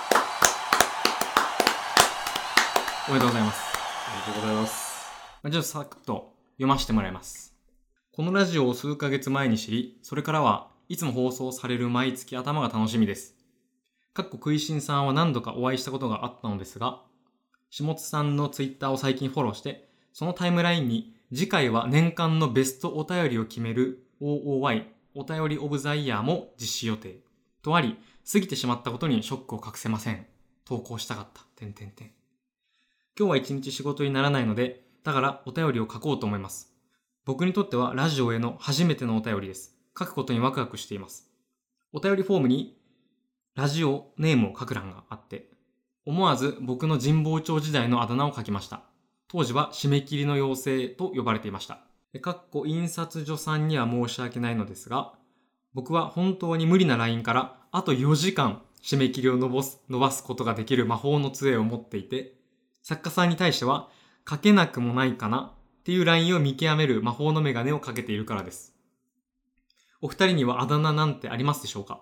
おめでとうございます。 ありがとうございます。 ちょっとサクッと読ませてもらいます。このラジオを数ヶ月前に知り、それからはいつも放送される毎月頭が楽しみです。食いしんさんは何度かお会いしたことがあったのですが、下津さんのツイッターを最近フォローして、そのタイムラインに次回は年間のベストお便りを決める OOY お便りオブザイヤーも実施予定とあり、過ぎてしまったことにショックを隠せません。投稿したかった。今日は一日仕事にならないので、だからお便りを書こうと思います。僕にとってはラジオへの初めてのお便りです。書くことにワクワクしています。お便りフォームにラジオネームを書く欄があって、思わず僕の神保町時代のあだ名を書きました。当時は締め切りの妖精と呼ばれていました。印刷所さんには申し訳ないのですが、僕は本当に無理なラインからあと4時間締め切りを伸ばすことができる魔法の杖を持っていて、作家さんに対しては書けなくもないかなっていうラインを見極める魔法のメガネをかけているからです。お二人にはあだ名なんてありますでしょうか？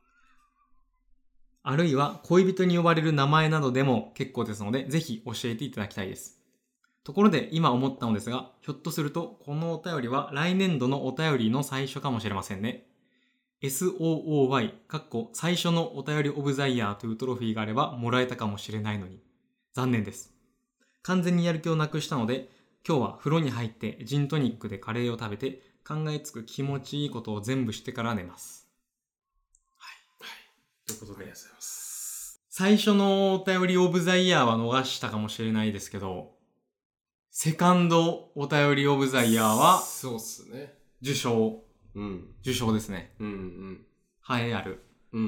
あるいは恋人に呼ばれる名前などでも結構ですので、ぜひ教えていただきたいです。ところで今思ったのですが、ひょっとするとこのお便りは来年度のお便りの最初かもしれませんね。SOOY 最初のお便りオブザイヤーというトロフィーがあればもらえたかもしれないのに。残念です。完全にやる気をなくしたので、今日は風呂に入ってジントニックでカレーを食べて考えつく気持ちいいことを全部してから寝ます。 はい。ということでありがとうございます。 最初のお便りオブザイヤーは逃したかもしれないですけど、セカンドお便りオブザイヤーは、 そうっすね。 受賞ですね。栄えある。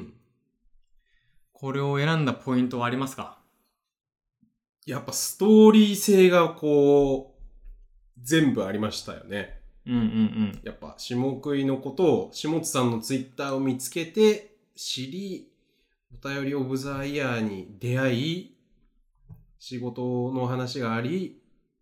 これを選んだポイントはありますか？ やっぱストーリー性が全部ありましたよね。やっぱ下食いのことを、下津さんのツイッターを見つけて知り、お便りオブザイヤーに出会い、仕事の話があり、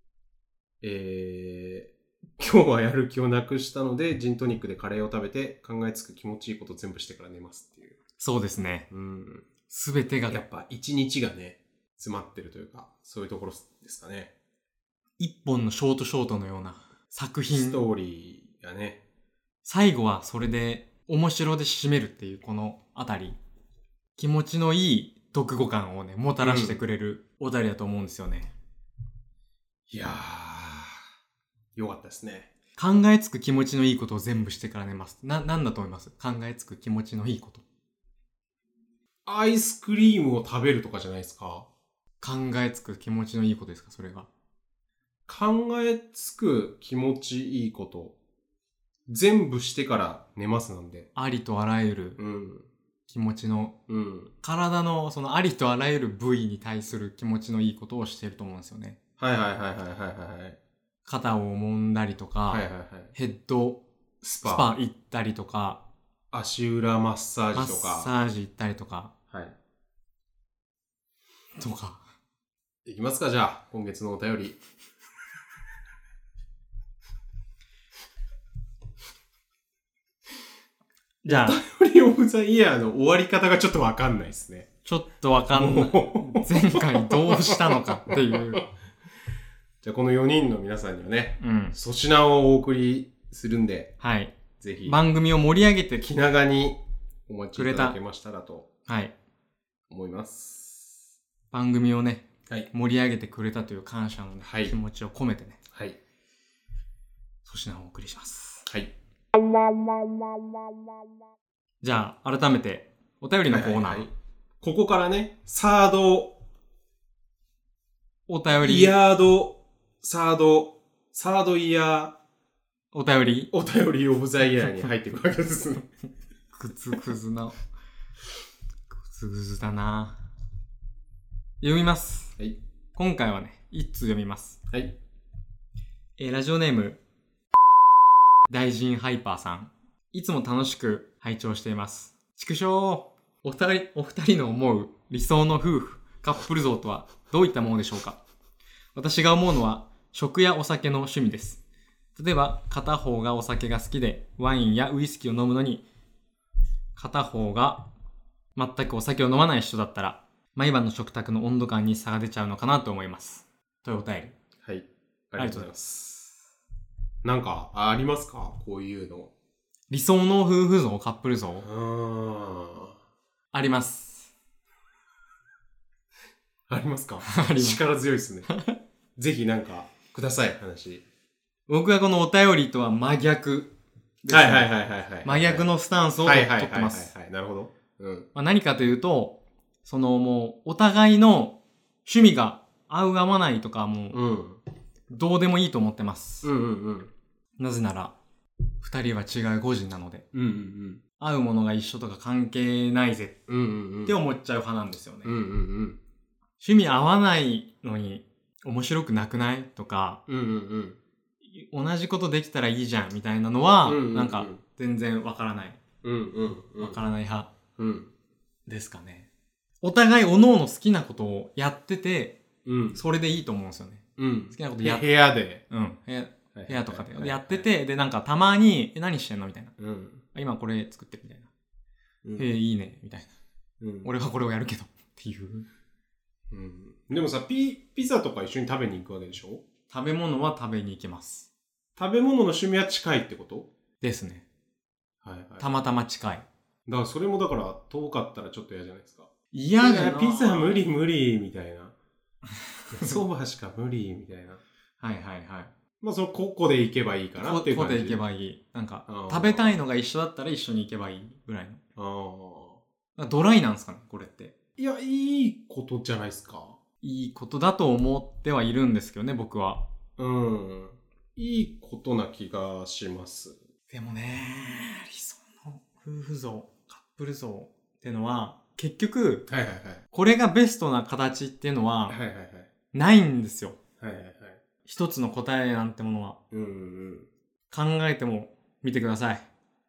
今日はやる気をなくしたので、ジントニックでカレーを食べて考えつく気持ちいいこと全部してから寝ますっていう。 そうですね。すべてが。 やっぱ一日がね、詰まってるというか、そういうところですかね。 一本のショートのような作品。 ストーリーがね。 最後はそれで面白で締めるっていうこのあたり。気持ちのいい読後感をね、もたらしてくれるお便りだと思うんですよね。 いやー、よかったですね。 考えつく気持ちのいいことを全部してから寝ます。なんだと思います？考えつく気持ちのいいこと。 アイスクリームを食べるとかじゃないですか？ 考えつく気持ちのいいことですか、それが。 考えつく気持ちいいこと。全部してから寝ますなんで。 ありとあらゆる気持ちの、体のそのありとあらゆる部位に対する気持ちのいいことをしてると思うんですよね。 はい。 肩を揉んだりとか、ヘッドスパ行ったりとか、 足裏マッサージとか。 マッサージ行ったりとか。とか。 いきますか、じゃあ、今月のお便り。 じゃあ、 お便りオブザイヤーの終わり方がちょっとわかんないですね。 ちょっとわかんない。前回どうしたのかっていう。 じゃあこの4人の皆さんにはね、粗品をお送りするんで、 はい。 ぜひ番組を盛り上げて気長にお待ちいただけましたらと、 はい。 思います。 番組をね、 はい、 盛り上げてくれたという感謝の、ね、 はい、 気持ちを込めてね、 はい、 粗品をお送りします。 はい。 じゃあ改めてお便りのコーナー、はいはいはい、 ここからね、サードお便りイヤードサードイヤーお便りオブザイヤーに入っていくわけですね。 グズグズだな。読みます。 はい。 今回はね、一通読みます。 はい。 ラジオネーム大臣ハイパーさん。いつも楽しく拝聴しています。畜生。お二人の思う理想の夫婦カップル像とはどういったものでしょうか。私が思うのは食やお酒の趣味です。例えば片方がお酒が好きでワインやウイスキーを飲むのに、片方が全くお酒を飲まない人だったら毎晩の食卓の温度感に差が出ちゃうのかなと思います。というお便り。 はい。ありがとうございます。なんかありますか、こういうの。 理想の夫婦像、カップル像。あります。 ありますか。力強いですね。ぜひなんかください、話。 僕はこのお便りとは真逆ですね。 はい。 真逆のスタンスを取ってます。 なるほど。うん。 何かというと、もうお互いの趣味が合う合わないとかもうどうでもいいと思ってます。なぜなら二人は違う個人なので、合うものが一緒とか関係ないぜって思っちゃう派なんですよね。趣味合わないのに面白くなくないとか、同じことできたらいいじゃんみたいなのは、なんか全然わからない。わからない派ですかね。お互い各々好きなことをやってて、それでいいと思うんですよね。好きなことやって、 部屋で。 部屋とかでやってて、でなんかたまに、何してんのみたいな。今これ作ってるみたいな。いいね、みたいな。俺はこれをやるけど、っていう。 でもさ、ピザとか一緒に食べに行くわけでしょ？ 食べ物は食べに行けます。 食べ物の趣味は近いってことですね。たまたま近い。 だからそれもだから遠かったらちょっと嫌じゃないですか。 嫌じゃない。 ピザ無理みたいな。そばしか無理みたいな。まあその個々で行けばいいかなっていう感じ。 個々で行けばいい。なんか食べたいのが一緒だったら一緒に行けばいいぐらいの。ドライなんですかね、これって。 いや、いいことじゃないですか。 いいことだと思ってはいるんですけどね、僕は。 いいことな気がします。 でもね、理想の夫婦像、カップル像っていうのは、結局、これがベストな形っていうのは、ないんですよ。一つの答えなんてものは。考えてもみてください。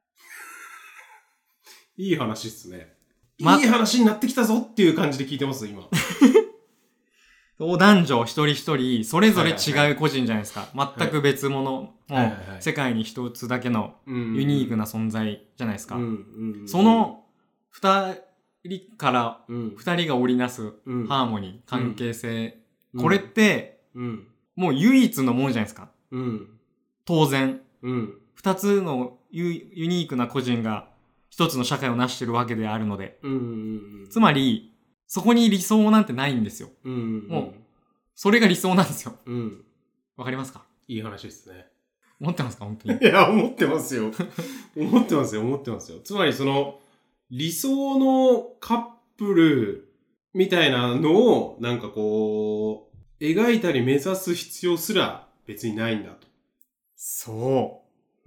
いい話っすね。いい話になってきたぞっていう感じで聞いてます、今。 男女一人一人、それぞれ違う個人じゃないですか。全く別物。もう、世界に一つだけのユニークな存在じゃないですか。その二人から二人が織りなすハーモニー、関係性。これって、もう唯一のものじゃないですか。当然。二つのユニークな個人が一つの社会を成してるわけであるので。つまり、そこに理想なんてないんですよ。もう、それが理想なんですよ。わかりますか？ いい話ですね。 思ってますか本当に。 いや、思ってますよ。思ってますよ。つまりその、理想のカップルみたいなのを、なんかこう、描いたり目指す必要すら別にないんだと。 そう。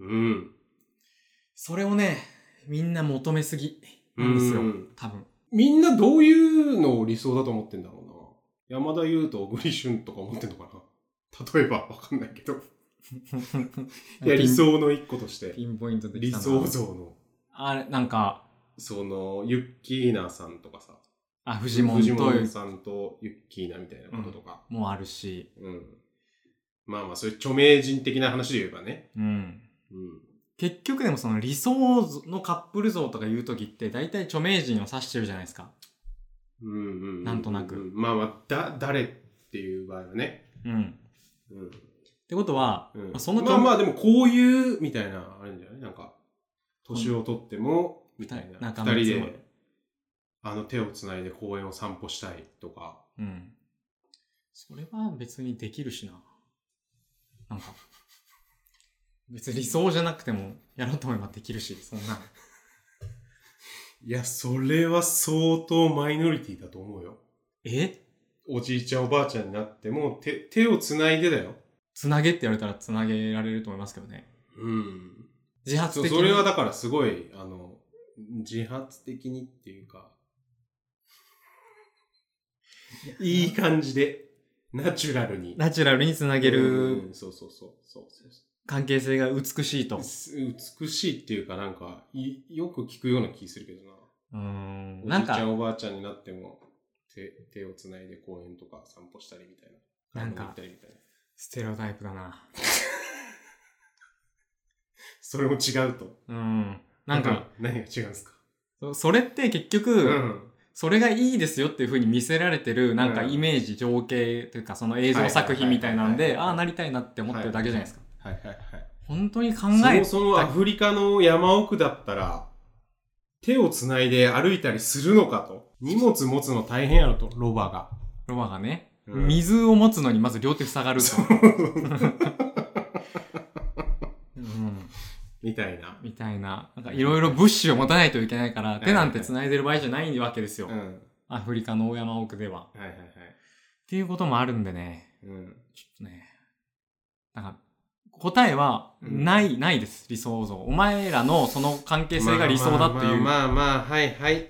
それをね、みんな求めすぎなんですよ。多分。 みんなどういうのを理想だと思ってんだろうな。山田優と小栗旬とか思ってんのかな。例えばわかんないけど。いや、理想の一個として。 ピンポイントで理想像の。 あれ、なんか。 その、ユッキーナさんとかさ。 フジモンさんとユッキーナみたいなこととか。 もうあるし。 まあそういう著名人的な話で言えばね。 結局でもその理想のカップル像とか言うときって大体著名人を指してるじゃないですか。なんとなく。 誰っていう場合はね。 ってことは、 そのでもこういうみたいなあれんじゃない？なんか年を取ってもみたいな二人で手をつないで公園を散歩したいとか。 うん。それは別にできるしな。なんか、別に理想じゃなくてもやろうと思えばできるし、そんな。 いや、それは相当マイノリティだと思うよ。おじいちゃんおばあちゃんになっても手をつないでだよ。 つなげって言われたらつなげられると思いますけどね。 うん。 自発的に。 それはだからすごい、自発的にっていうか、いい感じで、ナチュラルにつなげる。 そう。 関係性が美しいと。 美しいっていうかなんか、よく聞くような気するけどな。おじいちゃんおばあちゃんになっても、手をつないで公園とか散歩したりみたいな。 なんか、ステレオタイプだな。 それも違うと。 なんか、 何が違うんですか？ それって結局、それがいいですよっていう風に見せられてる、なんかイメージ、情景というか、その映像作品みたいなんで、ああなりたいなって思ってるだけじゃないですか。本当に考えそのアフリカの山奥だったら、手をつないで歩いたりするのかと。荷物持つの大変やろと、ロバがね、水を持つのにまず両手塞がると。 みたいな。なんかいろいろ物資を持たないといけないから、手なんて繋いでる場合じゃないわけですよ。アフリカの大山奥では。っていうこともあるんでね。ちょっとね。なんか、答えは、ないです、理想像。お前らのその関係性が理想だっていう。 はい。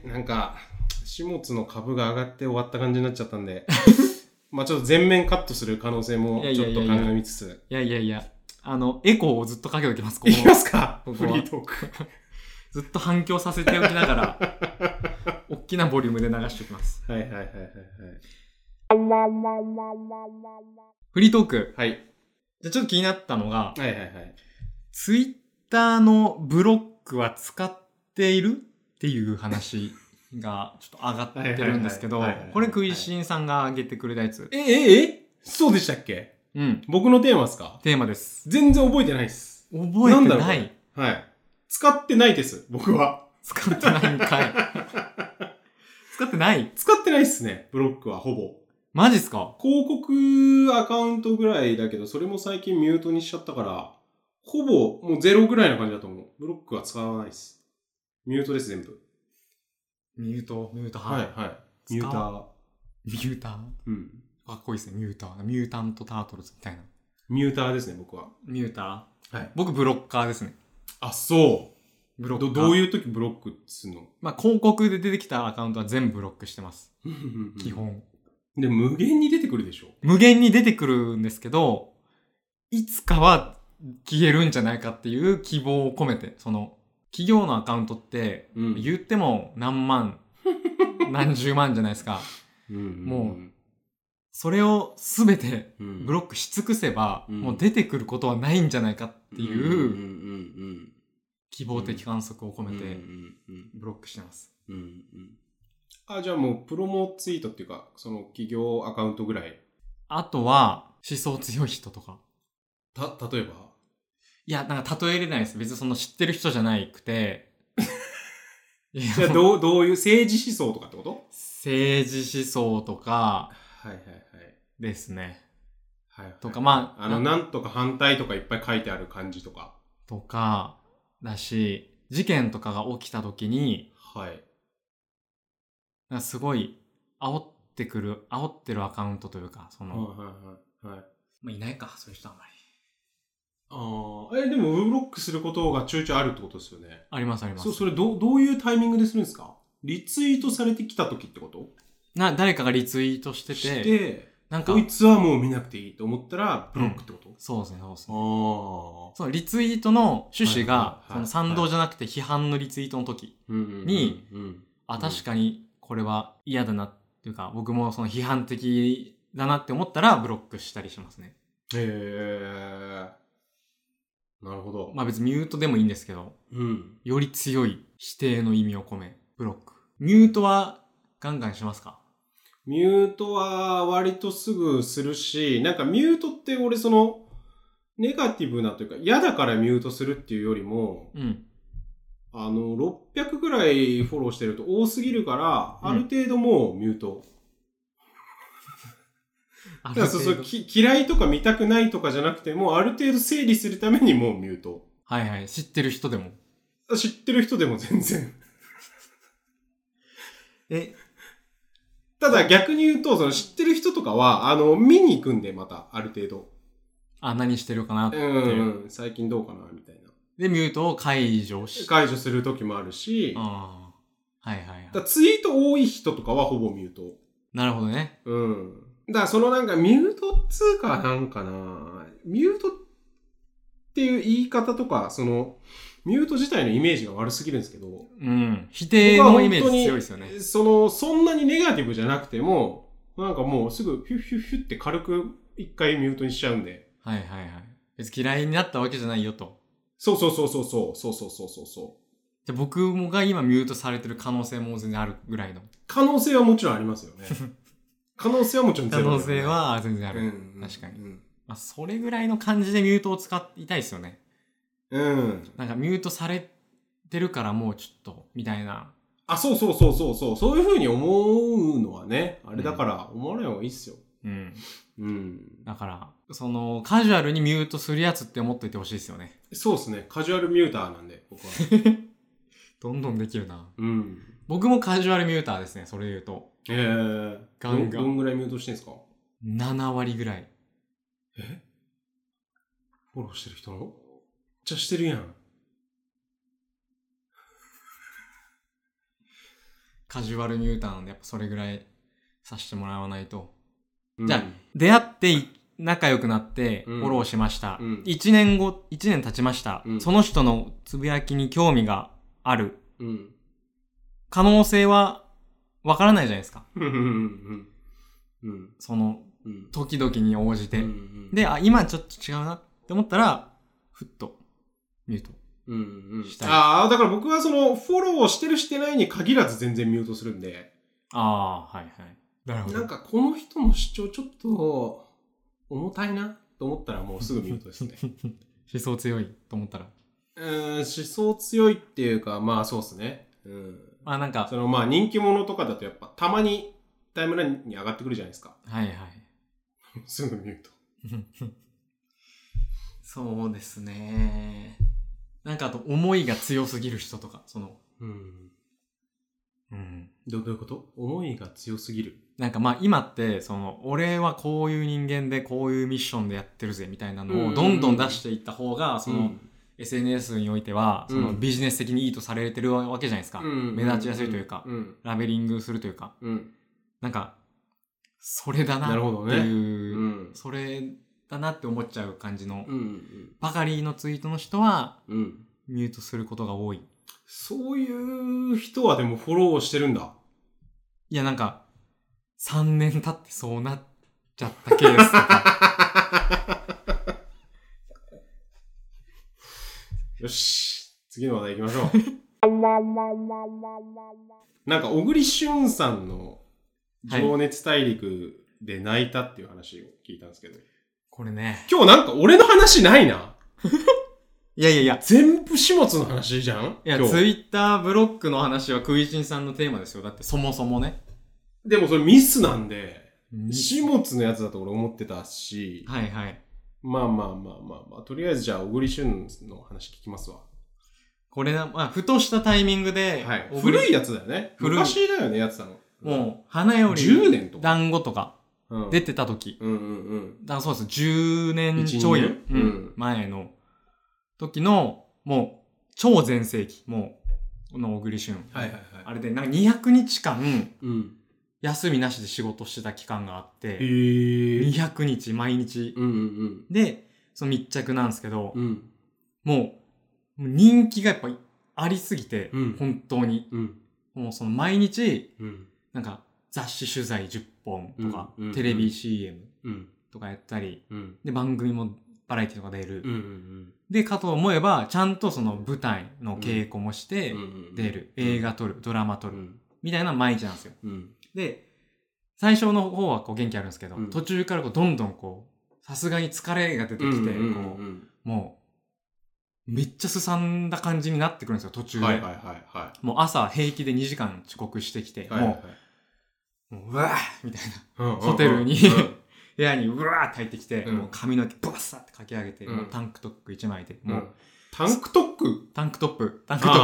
なんか、始末の株が上がって終わった感じになっちゃったんで。ちょっと全面カットする可能性もちょっと考えみつつ。 いや。エコーをずっとかけときます。 いきますか？フリートーク。 ずっと反響させておきながら、大きなボリュームで流しておきます。 はい。 フリートーク。 はい。 じゃあちょっと気になったのが、 ツイッターのブロックは使っているっていう話がちょっと上がってるんですけど、これ食いしんさんが上げてくれたやつ。 そうでしたっけ？僕のテーマですか？ テーマです。 全然覚えてないです。 覚えてない？ はい。使ってないです、僕は。 使ってないんかい。使ってない？ 使ってないっすね、ブロックはほぼ。 マジっすか？ 広告アカウントぐらいだけど、それも最近ミュートにしちゃったから、ほぼもうゼロぐらいな感じだと思う。ブロックは使わないです。ミュートです、全部。 ミュート、 はい。ミューター。 かっこいいですね、ミューター。ミュータントタートルズみたいな。 ミューターですね、僕は。 ミューター？はい。 僕、ブロッカーですね。 あ、そう。 ブロッカー。 どういう時ブロックするの？ 広告で出てきたアカウントは全部ブロックしてます。基本。 で、無限に出てくるでしょ？ 無限に出てくるんですけど、いつかは消えるんじゃないかっていう希望を込めて、その、企業のアカウントって、言っても何万、何十万じゃないですか。もう、それをすべてブロックし尽くせば、もう出てくることはないんじゃないかっていう、希望的観測を込めて、ブロックしてます。 じゃあもうプロモツイートっていうか、その企業アカウントぐらい。 あとは、思想強い人とか。 例えば？ いや、なんか例えれないです。別にその知ってる人じゃないくて。 じゃあどういう政治思想とかってこと？ 政治思想とか。ですね。とか、 なんとか反対とかいっぱい書いてある感じとか。 とか、だし、事件とかが起きた時に、すごい、煽ってるアカウントというか、その、いないか、そういう人あんまり。 でも、ブロックすることがちょいちょいあるってことですよね。 あります。 それどういうタイミングでするんですか？リツイートされてきた時ってこと？ 誰かがリツイートしてて、 なんかこいつはもう見なくていいと思ったら、ブロックってこと？ そうですね。そのリツイートの趣旨が、その賛同じゃなくて批判のリツイートの時に、確かにこれは嫌だなっていうか、僕もその批判的だなって思ったら、ブロックしたりしますね。 なるほど。 別にミュートでもいいんですけど、より強い否定の意味を込め、ブロック。ミュートはガンガンしますか？ ミュートは割とすぐするし、なんかミュートって俺その、ネガティブなというか、嫌だからミュートするっていうよりも、600ぐらいフォローしてると多すぎるから、ある程度もうミュート。 だからそう嫌いとか見たくないとかじゃなくて、もうある程度整理するためにもうミュート。 はいはい。知ってる人でも。 知ってる人でも全然。ただ逆に言うと、その知ってる人とかは、見に行くんで、また、ある程度。 何してるかなっていう。 最近どうかな、みたいな。 で、ミュートを解除する時もあるし。 はいはいはい。 だツイート多い人とかはほぼミュート。 なるほどね。 だからそのなんかミュートっつうかなんかな、ミュートっていう言い方とか、その、ミュート自体のイメージが悪すぎるんですけど。 否定のイメージ強いですよね。 そんなにネガティブじゃなくても、なんかもうすぐヒュッヒュッヒュッって軽く一回ミュートにしちゃうんで。 はいはいはい。別に嫌いになったわけじゃないよと。 そう。じゃあ僕もが今ミュートされてる可能性も全然あるぐらいの。 可能性はもちろんありますよね。可能性はもちろんゼロ、ね。可能性は全然ある。確かに。それぐらいの感じでミュートを使いたいですよね。なんかミュートされてるからもうちょっと、みたいな。 そう。そういう風に思うのはね、あれだから思わない方がいいっすよ。 だから、カジュアルにミュートするやつって思っといてほしいですよね。 そうですね。カジュアルミューターなんで、僕は。 どんどんできるな。僕もカジュアルミューターですね、それ言うと。 ガンガン。どんぐらいミュートしてんすか ?7 割ぐらい。 フォローしてる人のめっちゃしてるやん。 カジュアルミューターなんで、やっぱそれぐらいさせてもらわないと。じゃあ、出会って仲良くなってフォローしました。1年経ちました。その人のつぶやきに興味がある。可能性はわからないじゃないですか。その、時々に応じて。で、今ちょっと違うなって思ったら、ふっとミュートしたい。 だから僕はその、フォローしてるしてないに限らず全然ミュートするんで。 はいはい。なるほど。 なんかこの人の主張ちょっと、重たいなと思ったらもうすぐミュートですね。 思想強いと思ったら。 思想強いっていうか、そうですね。 なんか。 人気者とかだとやっぱたまにタイムラインに上がってくるじゃないですか。 はいはい。 すぐミュート。 そうですね。なんかあと思いが強すぎる人とか、 どういうこと？思いが強すぎる。 なんか今って、俺はこういう人間でこういうミッションでやってるぜみたいなのをどんどん出していった方が、SNS においては、ビジネス的にいいとされてるわけじゃないですか。目立ちやすいというか、ラベリングするというか。なんか、それだなっていう、それだなって思っちゃう感じの、ばかりのツイートの人は、ミュートすることが多い。 そういう人はでもフォローしてるんだ。 いやなんか、3年経ってそうなっちゃったケースとか。 よし。次の話題行きましょう。なんか、小栗旬さんの情熱大陸で泣いたっていう話を聞いたんですけど。 これね。 今日なんか俺の話ないな。 いや。 全部始末の話じゃん？ いや、ツイッターブロックの話はクイチンさんのテーマですよ。だってそもそもね。 でもそれミスなんで、始末のやつだと俺思ってたし。 はいはい。 とりあえずじゃあ、小栗旬の話聞きますわ。 これふとしたタイミングで。 はい。古いやつだよね。昔だよね、やってたの。 もう、花より 10年とか。 団子とか。出てた時。だからそうです。10年ちょい前の時の、もう、超全盛期。もう、この小栗旬。あれで、なんか200日間、休みなしで仕事してた期間があって、200日、毎日。で、その密着なんですけど、もう、人気がやっぱありすぎて、本当に。もうその毎日、なんか雑誌取材10本とか、テレビ CM とかやったり、で、番組もバラエティとか出る。で、かと思えば、ちゃんとその舞台の稽古もして、出る。映画撮る、ドラマ撮る。みたいな毎日なんですよ。で、最初の方はこう元気あるんですけど、途中からこうどんどんこう、さすがに疲れが出てきて、こう、もう、めっちゃすさんだ感じになってくるんですよ、途中で。もう朝平気で2時間遅刻してきて、もう、うわーみたいな、ホテルに部屋にうわーって入ってきて、もう髪の毛ブワッサってかき上げて、もうタンクトップ1枚で、もう、 タンクトップタンクトップ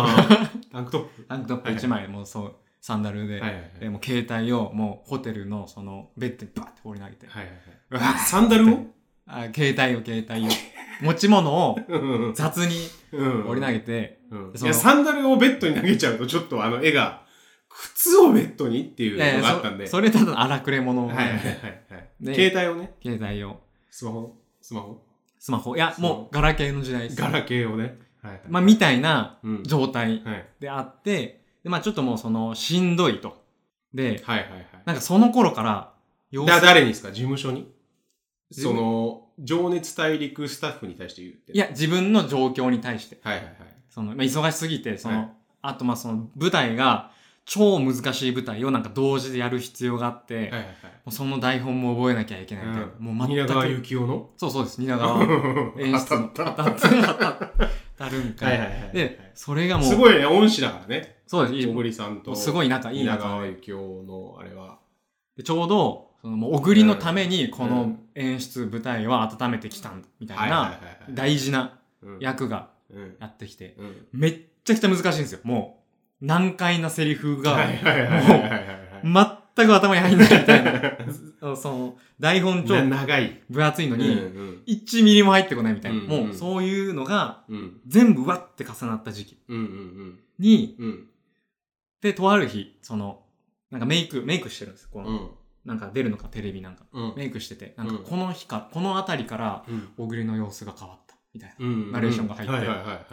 1枚でもうそう、サンダルで、でもう携帯をもうホテルのそのベッドにバーって放り投げて、 サンダルを携帯を持ち物を雑に放り投げて、 いやサンダルをベッドに投げちゃうとちょっと絵が靴をベッドにっていうのがあったんで、 それただ荒くれ者携帯をね、スマホいやもうガラケーの時代です。 ガラケーをね、 まあみたいな状態であって、でまあちょっともうそのしんどいと。で、なんかその頃から誰にですか？事務所に？その情熱大陸スタッフに対して言うって。 いや自分の状況に対して。そのまあ忙しすぎてあとまあその舞台が超難しい舞台をなんか同時でやる必要があって、もうその台本も覚えなきゃいけないみたいな。 もう蜷川幸雄の？ そうです。蜷川演出の当たるんかい。で、それがもう。 すごいね、恩師だからね。 そうです。 小栗さんと。 すごい仲いい仲。蜷川幸雄のあれは。 でちょうど、もう小栗のためにこの演出、舞台は温めてきたんだ、みたいな大事な役がやってきて、めっちゃくちゃ難しいんですよ。もう。難解なセリフが、もう、全く頭に入んないみたいな。その、台本超長い。分厚いのに、1ミリも入ってこないみたいな。もう、そういうのが、全部わって重なった時期に、で、とある日、なんかメイクしてるんです。なんか出るのか、テレビなんか。メイクしてて、なんかこのあたりから、小栗の様子が変わった、みたいな。ナレーションが入って、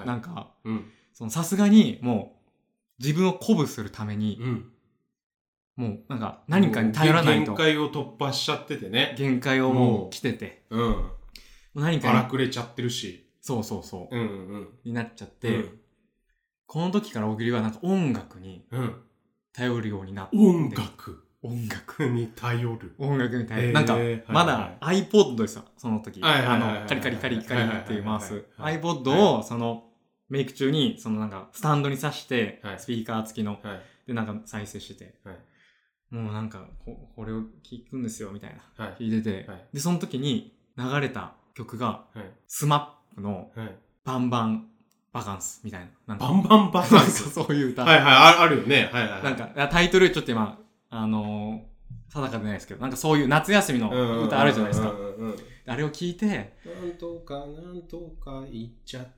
なんか、さすがに、もう、自分を鼓舞するために、もうなんか何かに頼らないと。 限界を突破しちゃっててね。 限界をもう来てて。 何か荒くれちゃってるし。 そう。になっちゃって、この時から小栗はなんか音楽に頼るようになって。 音楽に頼る。 なんか、まだ iPod ですよ、その時。カリカリっていう回す。iPod をメイク中に、なんか、スタンドに挿して、スピーカー付きの、で、なんか再生してて、もうなんか、これを聴くんですよ、みたいな。聴いてて、で、その時に流れた曲が、スマップの、バンバンバカンス、みたいな。 バンバンバカンスそういう歌。 あるよね。 なんか、タイトルちょっと今、定かでないですけど、なんかそういう夏休みの歌あるじゃないですか。あれを聞いて、 なんとか言っちゃって、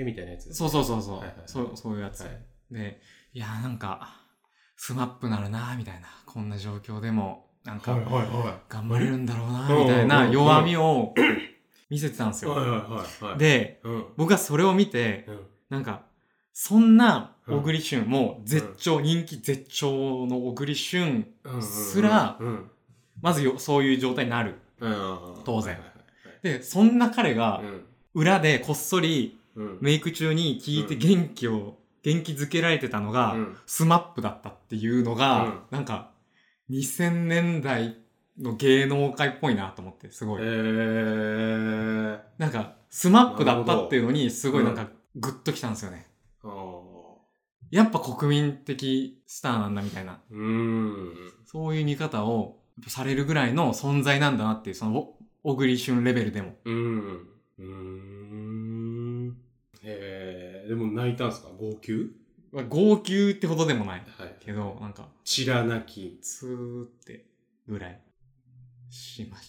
みたいなやつ。 そう。そういうやつ。で、いや、なんか、スマップなるな、みたいな。こんな状況でも、なんか、頑張れるんだろうな、みたいな弱みを見せてたんですよ。で、僕はそれを見て、なんか、そんな小栗旬も人気絶頂の小栗旬すら、まずそういう状態になる。当然。で、そんな彼が、裏でこっそり、メイク中に聞いて元気づけられてたのが、スマップだったっていうのが、なんか、2000年代の芸能界っぽいなと思って、すごい。なんか、スマップだったっていうのに、すごいなんか、グッときたんですよね。やっぱ国民的スターなんだみたいな。そういう見方をされるぐらいの存在なんだなっていう、小栗旬レベルでも。 でも泣いたんすか？号泣？ 号泣ってほどでもない。けど、なんか。 血ら泣き。 ツーってぐらいしました。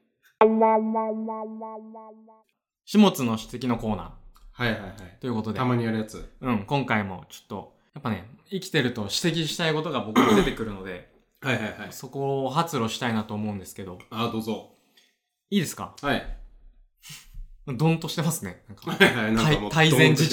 下津の指摘のコーナー。ということで。 たまにやるやつ。 今回もちょっと、やっぱね、生きてると指摘したいことが僕に出てくるので、そこを発露したいなと思うんですけど。 どうぞ。 いいですか？ドンとしてますね。泰然自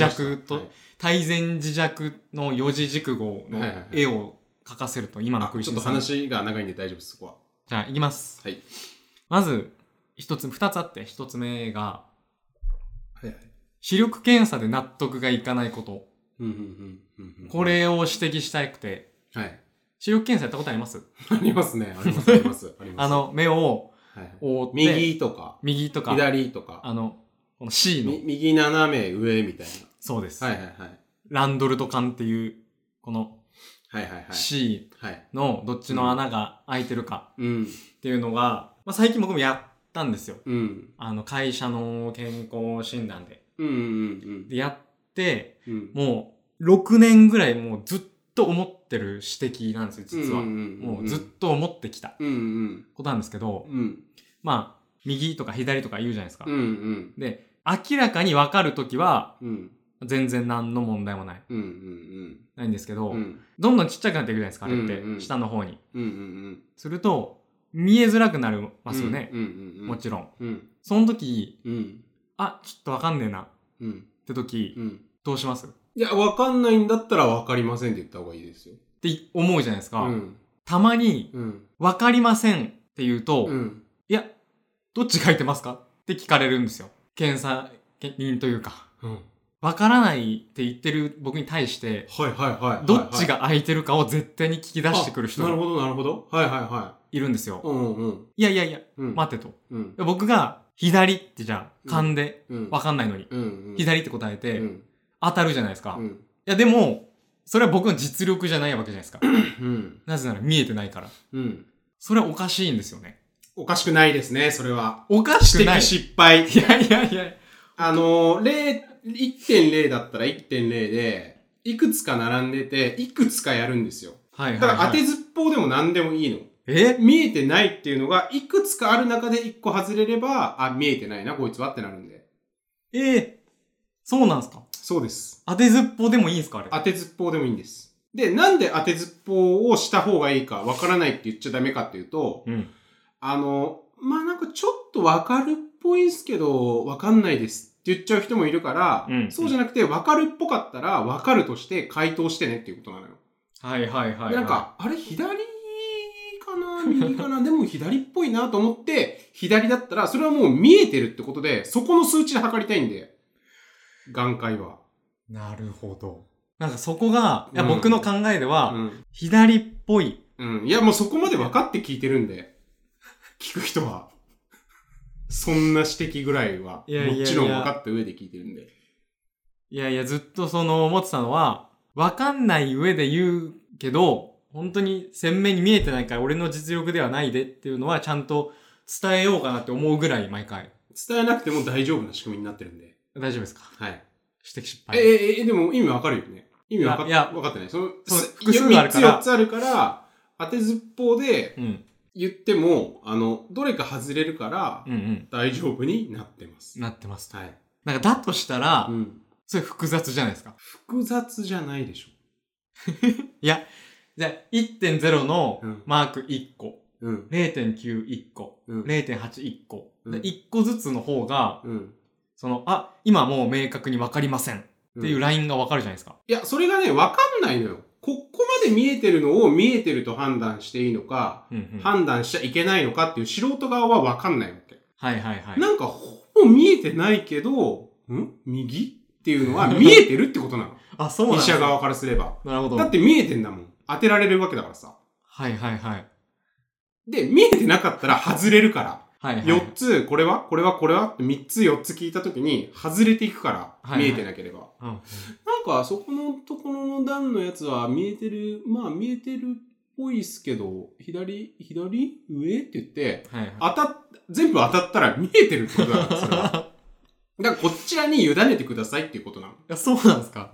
若の四字熟語の絵を描かせると今のクイズ。ちょっと話が長いんで大丈夫です、そこは。 じゃあ、いきます。まず、二つあって、一つ目が、視力検査で納得がいかないこと。これを指摘したくて。視力検査やったことあります？ ありますね。あります。 目を覆って。 右とか。左とか。 この C の。 右斜め上みたいな。 そうです。ランドルト管っていう、この C のどっちの穴が開いてるかっていうのが最近僕もやったんですよ。 うん。 会社の健康診断で。 うんうんうん。 で、やって、 うん、 もう、6年ぐらいもうずっと思ってる指摘なんですよ、実は。もうずっと思ってきたことなんですけど、右とか左とか言うじゃないですか。で、明らかに分かるときは、全然何の問題もない。ないんですけど、どんどんちっちゃくなっていくじゃないですか、あれって。下の方に。すると、見えづらくなりますよね。もちろん。その時、ちょっと分かんねえな。って時、どうします？ いや、分かんないんだったら分かりませんって言った方がいいですよ。 って思うじゃないですか。たまに、分かりませんって言うと、いや、どっち書いてますかって聞かれるんですよ。検査人というか。分からないって言ってる僕に対して、どっちが空いてるかを絶対に聞き出してくる人が。 なるほど、なるほど。 いるんですよ。いや、待てと。僕が左ってじゃあ、勘で分かんないのに、左って答えて、当たるじゃないですか。いや、でも、それは僕の実力じゃないわけじゃないですか。なぜなら見えてないから。それはおかしいんですよね。 おかしくないですね、それは。 おかしくない。 指摘失敗。 いや。 1.0 だったら 1.0 で、いくつか並んでて、いくつかやるんですよ。だから当てずっぽうでも何でもいいの。見えてないっていうのが、いくつかある中で1個外れれば、見えてないな、こいつはってなるんで。 そうなんすか？ そうです。 当てずっぽうでもいいんすかあれ？ 当てずっぽうでもいいんです。で、なんで当てずっぽうをした方がいいかわからないって言っちゃダメかっていうと、なんかちょっとわかるっぽいんすけど、わかんないですって言っちゃう人もいるから、そうじゃなくてわかるっぽかったらわかるとして回答してねっていうことなのよ。で、なんか、あれ左かな右かなでも左っぽいなと思って、左だったら、それはもう見えてるってことで、そこの数値で測りたいんで、眼科医は。 なるほど。なんかそこが、いや僕の考えでは、左っぽい。 いや、もうそこまで分かって聞いてるんで、聞く人は。そんな指摘ぐらいは、もちろん分かった上で聞いてるんで。 いや、ずっと思ってたのは、分かんない上で言うけど、本当に鮮明に見えてないから俺の実力ではないでっていうのはちゃんと伝えようかなって思うぐらい毎回。 伝えなくても大丈夫な仕組みになってるんで。 大丈夫ですか？ はい。 指摘失敗。 でも意味わかるよね。意味わかってない。 複数あるから。 3つ4つあるから、当てずっぽうで言っても、どれか外れるから、大丈夫になってます。 なってます。 はい。 なんかだとしたら、それ複雑じゃないですか。 複雑じゃないでしょ。 いや、じゃあ 1.0 のマーク1個、0.9 1個、0.8 1個、1個ずつの方が、今もう明確に分かりませんっていうラインが分かるじゃないですか。 いや、それがね、分かんないのよ。こまで見えてるのを見えてると判断していいのか、判断しちゃいけないのかっていう素人側は分かんないわけ。なんかほぼ見えてないけど、右っていうのは見えてるってことなの。 そうなんです医者側からすれば。 なるほど。 だって見えてんだもん。当てられるわけだからさ。で、見えてなかったら外れるから。4つ、これはって3つ4つ聞いたときに外れていくから、見えてなければ。なんか、そこのところの段のやつは見えてるっぽいっすけど、左上って言って、全部当たったら見えてるってことだから、それは。だからこちらに委ねてくださいっていうことなの。 そうなんですか？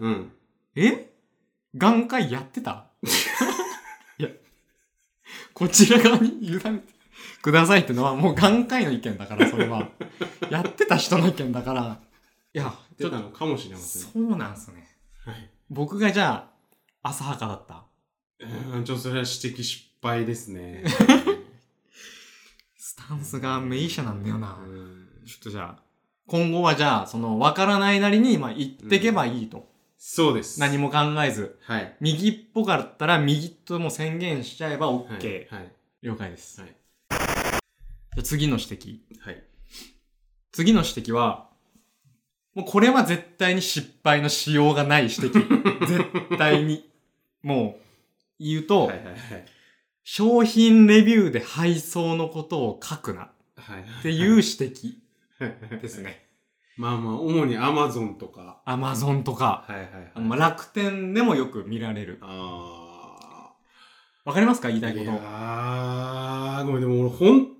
眼科医やってた？いや、こちら側に委ねてくださいってのはもう眼科医の意見だから、それは。やってた人の意見だから。いや、 ちょっとかもしれません。 そうなんすね。僕がじゃあ、浅はかだった。 それは指摘失敗ですね。 スタンスが名医者なんだよな。ちょっとじゃあ、今後はじゃあ、分からないなりに、言ってけばいいと。 そうです。 何も考えず。右っぽかったら右とも宣言しちゃえば OK。了解です。じゃあ次の指摘。次の指摘は、もうこれは絶対に失敗のしようがない指摘。絶対に。もう、言うと、商品レビューで配送のことを書くな。っていう指摘ですね。 主に Amazon とか。 Amazon とか。楽天でもよく見られる。わかりますか？言いたいこと。 ごめん、でも俺本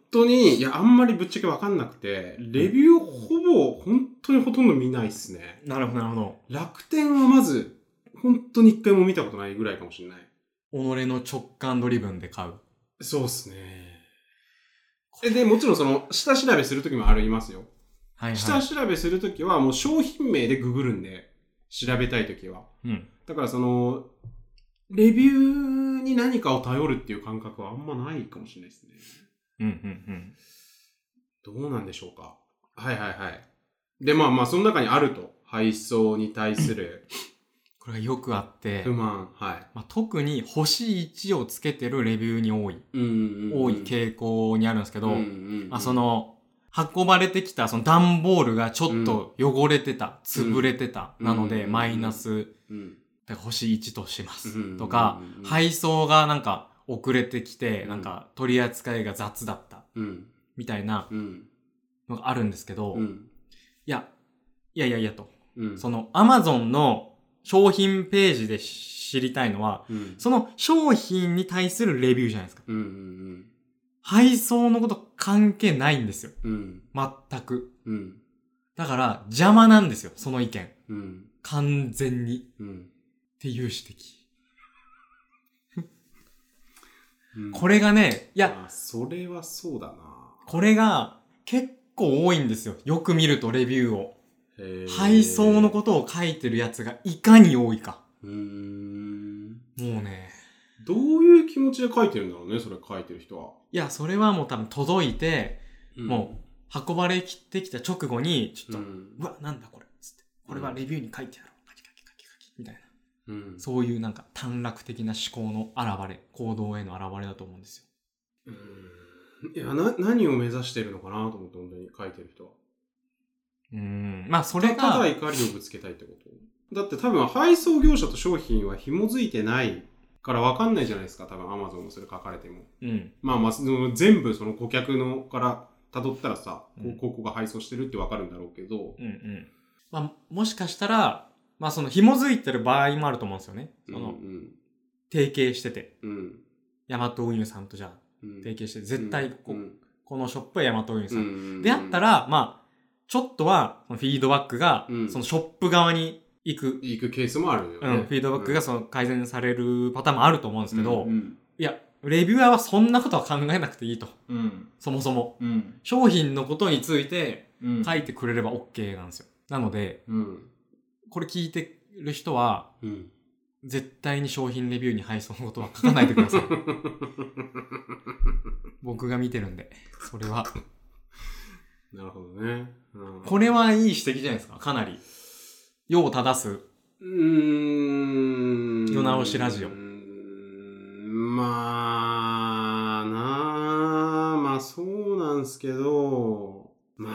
当に、いや、あんまりぶっちゃけわかんなくて、レビュー本当にほとんど見ないっすね。 なるほど、なるほど。 楽天はまず、本当に一回も見たことないぐらいかもしれない。 己の直感ドリブンで買う。 そうっすね。で、もちろん下調べするときもありますよ。はいはい。下調べするときはもう商品名でググるんで、調べたいときは。うん。だからレビューに何かを頼るっていう感覚はあんまないかもしれないですね。うんうんうん。どうなんでしょうか。はいはいはい。で、まあその中にあると。配送に対する。 これがよくあって。 不満。はい。 まあ、特に星1をつけてるレビューに多い。多い傾向にあるんですけど、運ばれてきたその段ボールがちょっと汚れてた、潰れてた、なのでマイナス、星1とします。とか、配送がなんか遅れてきて、なんか取り扱いが雑だった。みたいなのがあるんですけど、いやと。その Amazon の商品ページで知りたいのは、その商品に対するレビューじゃないですか。配送のこと関係ないんですよ。全く。だから邪魔なんですよ、その意見。完全に。っていう指摘。これがね、いや、 それはそうだな。 これが結構多いんですよ。よく見るとレビューを。配送のことを書いてるやつがいかに多いか。もうね。 どういう気持ちで書いてるんだろうね、それ書いてる人は。 いや、それはもう多分届いて、もう運ばれてきた直後に、ちょっと、うわ、なんだこれつって。これはレビューに書いてやろう。書きみたいな。そういうなんか短絡的な思考の現れ、行動への現れだと思うんですよ。 いや、何を目指してるのかなと思って、本当に書いてる人は。 まあそれがただ怒りをぶつけたいってこと？だって多分配送業者と商品は紐づいてないから分かんないじゃないですか。多分 Amazon もそれ書かれても。まあ全部その顧客のから辿ったらさ、ここが配送してるって分かるんだろうけど。 まあもしかしたら、まあその紐づいてる場合もあると思うんですよね。提携してて。ヤマト運輸さんとじゃあ提携して絶対このショップはヤマト運輸さん。であったら、まあちょっとは、フィードバックが、そのショップ側に行くケースもあるよね。 フィードバックがその改善されるパターンもあると思うんですけど、いや、レビュアーはそんなことは考えなくていいと。そもそも。商品のことについて書いてくれれば OK なんですよ。なので、これ聞いてる人は、絶対に商品レビューに配送のことは書かないでください。僕が見てるんで、それは。 なるほどね。 これはいい指摘じゃないですか。かなり。世を正す。世直しラジオ。 まあそうなんすけど、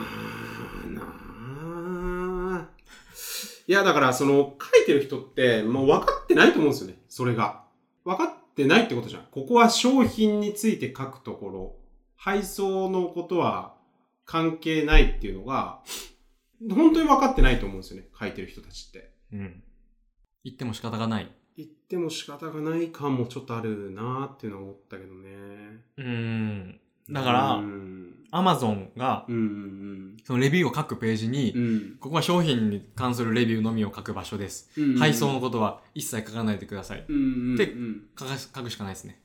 いやだから書いてる人ってもう分かってないと思うんですよね。それが。分かってないってことじゃん。ここは商品について書くところ、配送のことは関係ないっていうのが、本当に分かってないと思うんですよね。書いてる人たちって。 言っても仕方がない。 言っても仕方がない感もちょっとあるなーっていうのは思ったけどね。 だから、Amazon が、そのレビューを書くページに、ここは商品に関するレビューのみを書く場所です。配送のことは一切書かないでください。って書くしかないですね。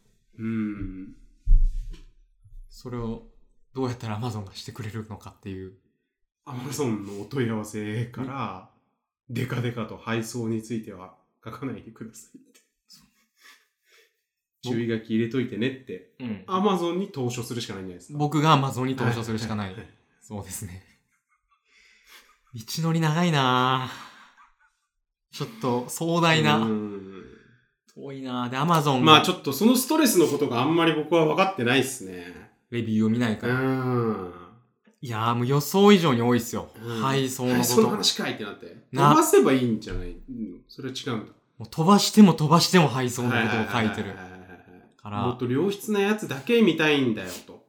それをどうやったら Amazon がしてくれるのかっていう。 Amazon のお問い合わせから、デカデカと配送については書かないでくださいって。注意書き入れといてねって、Amazon に投書するしかないんじゃないですか。 僕が Amazon に投書するしかない。そうですね。道のり長いなぁ。ちょっと壮大な。遠いなぁ。で、Amazon が。 まあちょっとそのストレスのことがあんまり僕は分かってないっすね。 レビューを見ないから。いやーもう予想以上に多いっすよ。配送のこと。 配送の話かいってなって。飛ばせばいいんじゃない？それは違うんだ。 もう飛ばしても配送のことを書いてる。 もっと良質なやつだけ見たいんだよと。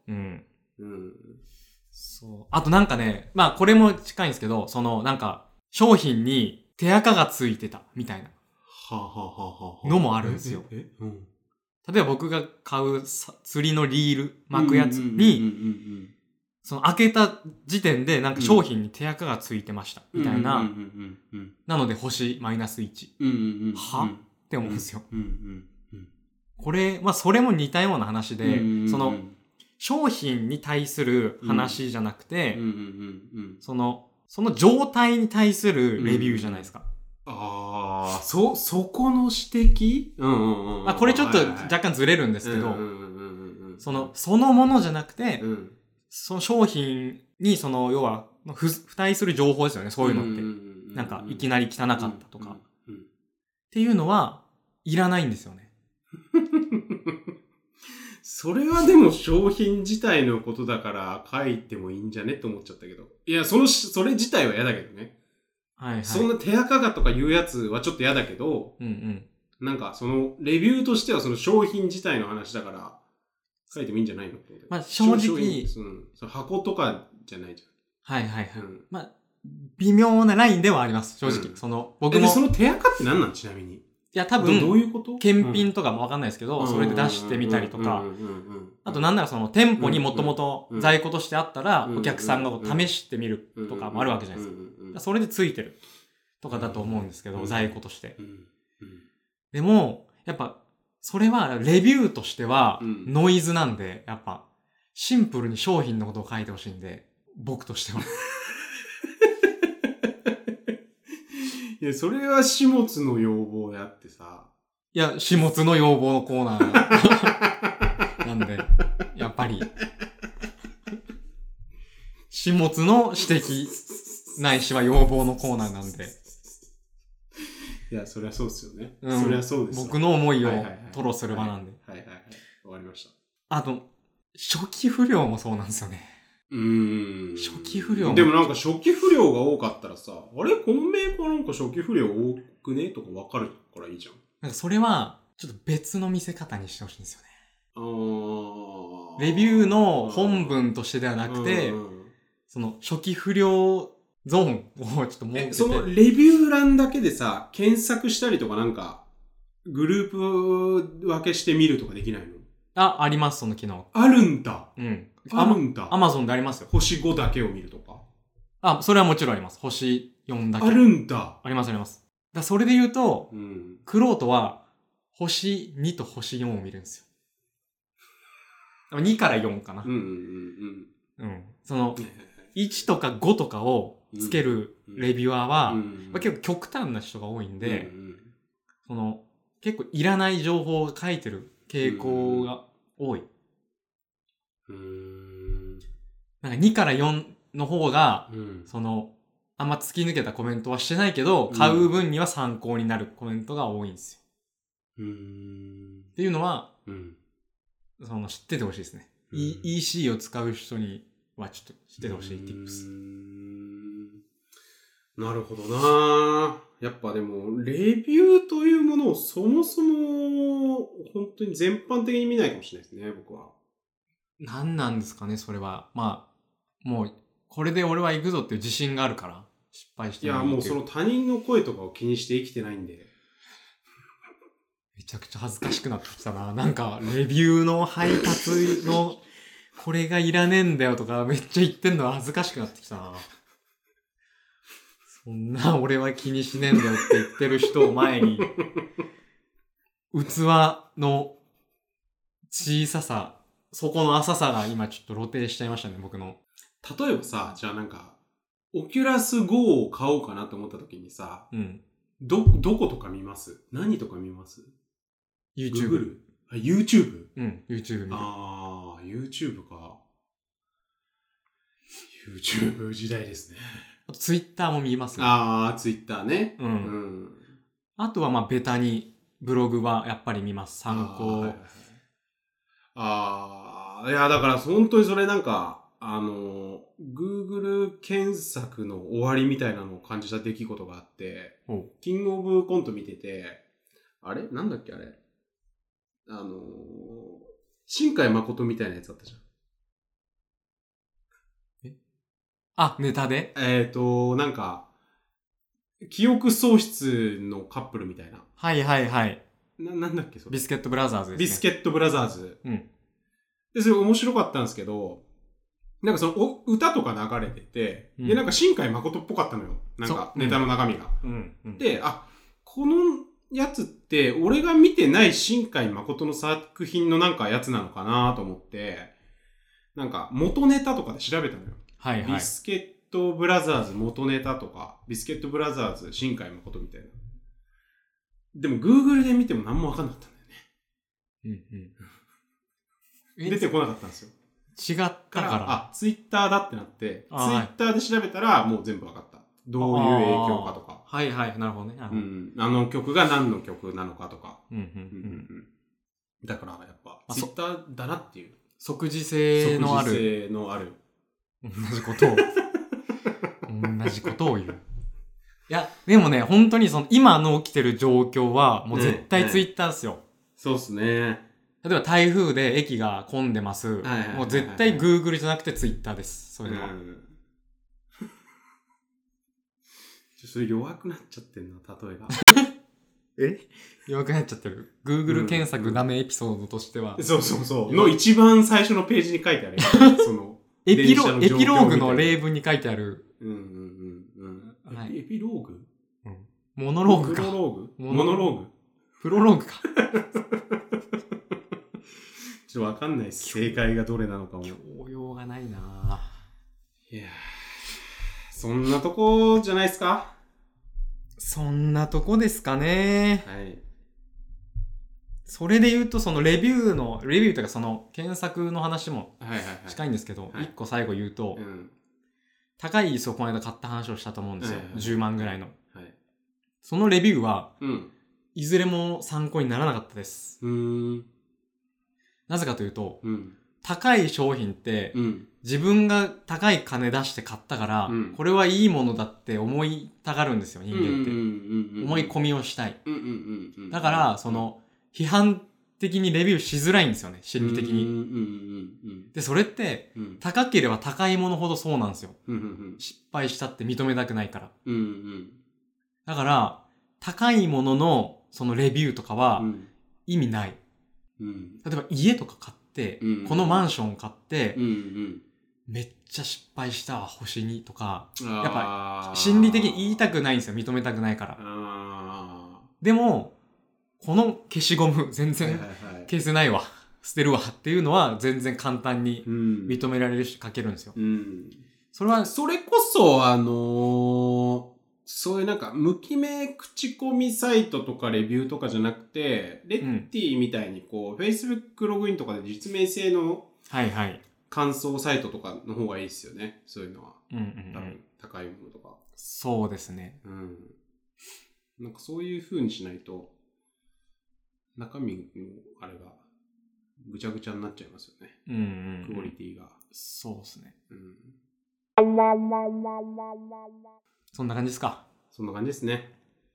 そう。あとなんかね、まあこれも近いんですけど、なんか商品に手垢がついてたみたいなのもあるんですよ。 例えば僕が買う釣りのリール巻くやつに、その開けた時点でなんか商品に手垢がついてました。みたいな。なので星マイナス1。はって思うんですよ。これ、まあそれも似たような話で、その商品に対する話じゃなくて、その状態に対するレビューじゃないですか。 ああ、そこの指摘これちょっと若干ずれるんですけど、そのものじゃなくて、その商品に要は、付帯する情報ですよね、そういうのって。なんか、いきなり汚かったとか。っていうのは、いらないんですよね。 それはでも商品自体のことだから書いてもいいんじゃねって思っちゃったけど。いや、それ自体は嫌だけどね。 はいはい。 そんな手垢がとかいうやつはちょっと嫌だけど、なんかレビューとしてはその商品自体の話だから、書いてもいいんじゃないのって。 まあ正直、 その箱とかじゃないじゃん。はいはいはい。まあ、微妙なラインではあります、正直。僕も。 その手垢って何なんちなみに。 いや、多分、 どういうこと？ 検品とかもわかんないですけど、それで出してみたりとか、あとなんなら店舗にもともと在庫としてあったら、お客さんが試してみるとかもあるわけじゃないですか。それでついてるとかだと思うんですけど、在庫として。でも、やっぱ、それはレビューとしてはノイズなんで、やっぱ、シンプルに商品のことを書いてほしいんで、僕としては。 いや、それは始末の要望であってさ。 いや、始末の要望のコーナーなんで、やっぱり。始末の指摘ないしは要望のコーナーなんで。 いや、そりゃそうですよね。そりゃそうです。 僕の思いを吐露する場なんで。 はいはいはい。わかりました。 あと、初期不良もそうなんですよね。初期不良でもなんか初期不良が多かったらさ、あれこのメーカーなんか初期不良多くねとか分かるからいいじゃん。 なんかそれは、ちょっと別の見せ方にしてほしいんですよね。レビューの本文としてではなくて、その初期不良ゾーンをちょっと設けて。 そのレビュー欄だけでさ、検索したりとかなんか、グループ分けしてみるとかできないの？ あります、その機能。 あるんだ。 あるんだ。Amazon でありますよ。 星5だけを見るとか。 それはもちろんあります。星4だけ。 あるんだ。 ありますあります。それで言うと、クロートは、星2と星4を見るんですよ。2から4かな。その、1とか5とかをつけるレビュアーは、結構極端な人が多いんで、その、結構いらない情報を書いてる傾向が多い。なんか2から4の方が、その、あんま突き抜けたコメントはしてないけど、買う分には参考になるコメントが多いんですよ。っていうのは、知っててほしいですね。EC を使う人にはちょっと知っててほしい tips。 なるほどな。やっぱでも、レビューというものをそもそも、本当に全般的に見ないかもしれないですね、僕は。 何なんですかね、それは。まあ、もう、これで俺は行くぞっていう自信があるから、失敗してない。いや、もうその他人の声とかを気にして生きてないんで。 めちゃくちゃ恥ずかしくなってきたな。なんか、レビューの配達の、これがいらねえんだよとか、めっちゃ言ってんのは恥ずかしくなってきたな。そんな俺は気にしねえんだよって言ってる人を前に、器の小ささ、そこの浅さが今ちょっと露呈しちゃいましたね、僕の。 例えばさ、じゃあなんか、オキュラス GO を買おうかなと思った時にさ、どことか見ます？何とか見ます？ YouTube。 YouTube？ YouTube 見る。 YouTube か。YouTube 時代ですね。 あと Twitter も見ますね。Twitter ね。 あとはまあベタにブログはやっぱり見ます。参考。 いや、だから本当にそれなんか、Google 検索の終わりみたいなのを感じた出来事があって、キングオブコント見てて、あれなんだっけあれ新海誠みたいなやつあったじゃん。 ネタでなんか、記憶喪失のカップルみたいな。 はいはいはい。 なんだっけそれ。 ビスケットブラザーズですね。 ビスケットブラザーズ。 うん。 で、それ面白かったんですけど、なんかその歌とか流れてて、で、なんか新海誠っぽかったのよ。なんかネタの中身が。で、このやつって俺が見てない新海誠の作品のなんかやつなのかなと思って、なんか元ネタとかで調べたのよ。 はいはい。 ビスケットブラザーズ元ネタとか、ビスケットブラザーズ新海誠みたいな。でも Google で見ても何もわかんなかったんだよね。出てこなかったんですよ。 違ったから。 ツイッターだってなって、ツイッターで調べたらもう全部わかった。どういう影響かとか。 はいはい、なるほどね。 あの曲が何の曲なのかとか。だからやっぱツイッターだなっていう。 即時性のある。 即時性のある。 同じことを言う。いや、でもね、本当にその今の起きてる状況はもう絶対ツイッターですよ。 そうっすね。 例えば台風で駅が混んでます。もう絶対 Google じゃなくて Twitter です。そういうのは。 それ弱くなっちゃってんな、例えが。弱くなっちゃってる。Google 検索ダメエピソードとしては。 そう。の一番最初のページに書いてある。そのエピローグの例文に書いてある。 エピローグ？ モノローグか。 モノローグ？ プロローグか。 ちょっとわかんないっす。正解がどれなのかも。 教養がないなぁ。 いやそんなとこじゃないっすか？ そんなとこですかね。 はい。 それで言うと、そのレビューというかその検索の話も近いんですけど、一個最後言うと、高い椅子をこの間買った話をしたと思うんですよ。10万ぐらいの。そのレビューは、いずれも参考にならなかったです。なぜかというと、高い商品って、自分が高い金出して買ったから、これはいいものだって思いたがるんですよ、人間って。思い込みをしたい。だから、その、批判的にレビューしづらいんですよね、心理的に。で、それって、高ければ高いものほどそうなんですよ。失敗したって認めたくないから。だから、高いものの、そのレビューとかは、意味ない。例えば家とか買って、このマンション買って、めっちゃ失敗したわ、星2とか。やっぱ、心理的に言いたくないんですよ、認めたくないから。でも、この消しゴム全然消せないわ、捨てるわっていうのは全然簡単に認められるし書けるんですよ。それこそそういうなんか無記名口コミサイトとかレビューとかじゃなくて、レッティみたいにこう Facebook ログインとかで実名制の感想サイトとかの方がいいですよね。そういうのは。多分高いものとか。 そうですね。 なんかそういう風にしないと中身のあれがぐちゃぐちゃになっちゃいますよね。クオリティが。 そうですね。そんな感じですか。 そんな感じですね。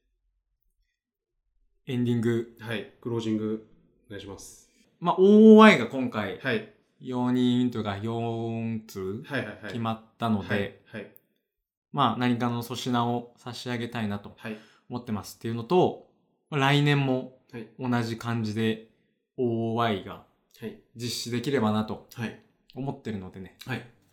エンディング。 はい。クロージングお願いします。 OI が今回、4人というか4通決まったので、何かの粗品を差し上げたいなと思ってますっていうのと、来年も同じ感じで OI が実施できればなと思ってるのでね。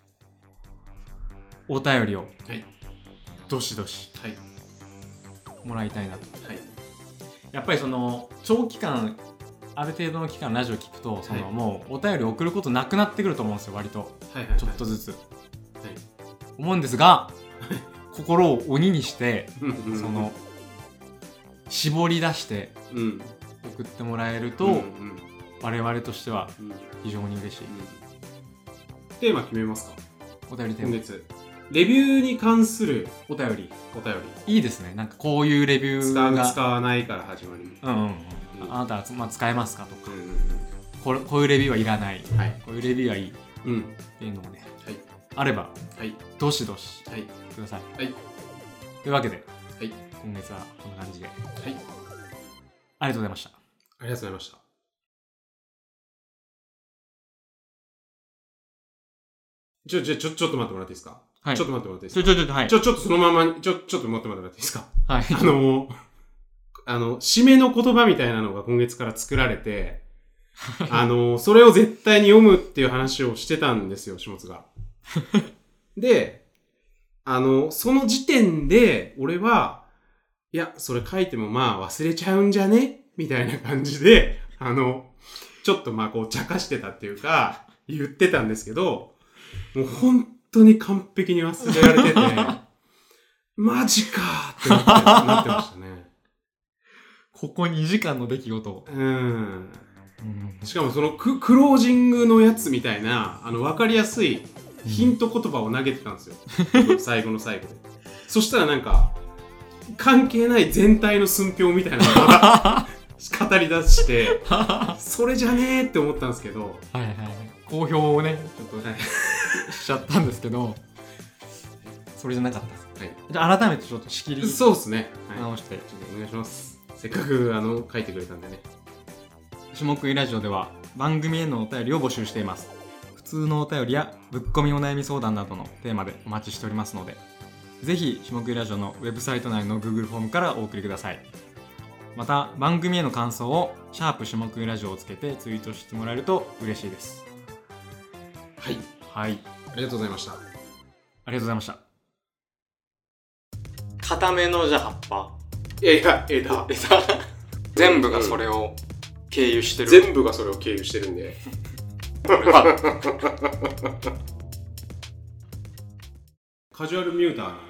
お便りを。どしどしもらいたいなと。やっぱりその長期間ある程度の期間ラジオ聞くとそのもうお便り送ることなくなってくると思うんですよ、割とちょっとずつ思うんですが、心を鬼にしてその絞り出して送ってもらえると我々としては非常に嬉しい。 テーマ決めますか？ お便りテーマ。 今月レビューに関するお便りいいですね。なんかこういうレビューが使わないから始まる。 あなたは使えますかとか、こういうレビューはいらない、こういうレビューはいい、っていうのもね、あれば、どしどしください。というわけで、今月はこんな感じで、ありがとうございました。 ありがとうございました。ちょっと待ってもらっていいですか？ちょっと待ってもらっていいですか？ちょっとそのままちょっと待ってもらっていいですか？ 締めの言葉みたいなのが今月から作られて、それを絶対に読むっていう話をしてたんですよ、下津が。で、その時点で、俺は、いや、それ書いてもまあ忘れちゃうんじゃねみたいな感じで、ちょっとまあこう茶化してたっていうか、言ってたんですけど、もう本当に完璧に忘れられてて、マジかーってなってましたね。 ここ2時間の出来事。 しかもそのクロージングのやつみたいな、わかりやすいヒント言葉を投げてたんですよ。最後の最後で。そしたらなんか、関係ない全体の寸評みたいなのが語り出して、それじゃねーって思ったんですけど。 はいはい。好評をね、ちょっとしちゃったんですけど、それじゃなかったです。はい、じゃあ改めてちょっと仕切りそうですね。 直して、 ちょっとお願いします。せっかく書いてくれたんでね。 下食いラジオでは番組へのお便りを募集しています。普通のお便りやぶっこみお悩み相談などのテーマでお待ちしておりますので、ぜひ下食いラジオのウェブサイト内の Google フォームからお送りください。また番組への感想をシャープ下食いラジオをつけてツイートしてもらえると嬉しいです。 はいはい、 ありがとうございました。 ありがとうございました。固めのじゃあ葉っぱ、 枝全部がそれを経由してる、 全部がそれを経由してるんでカジュアルミューターに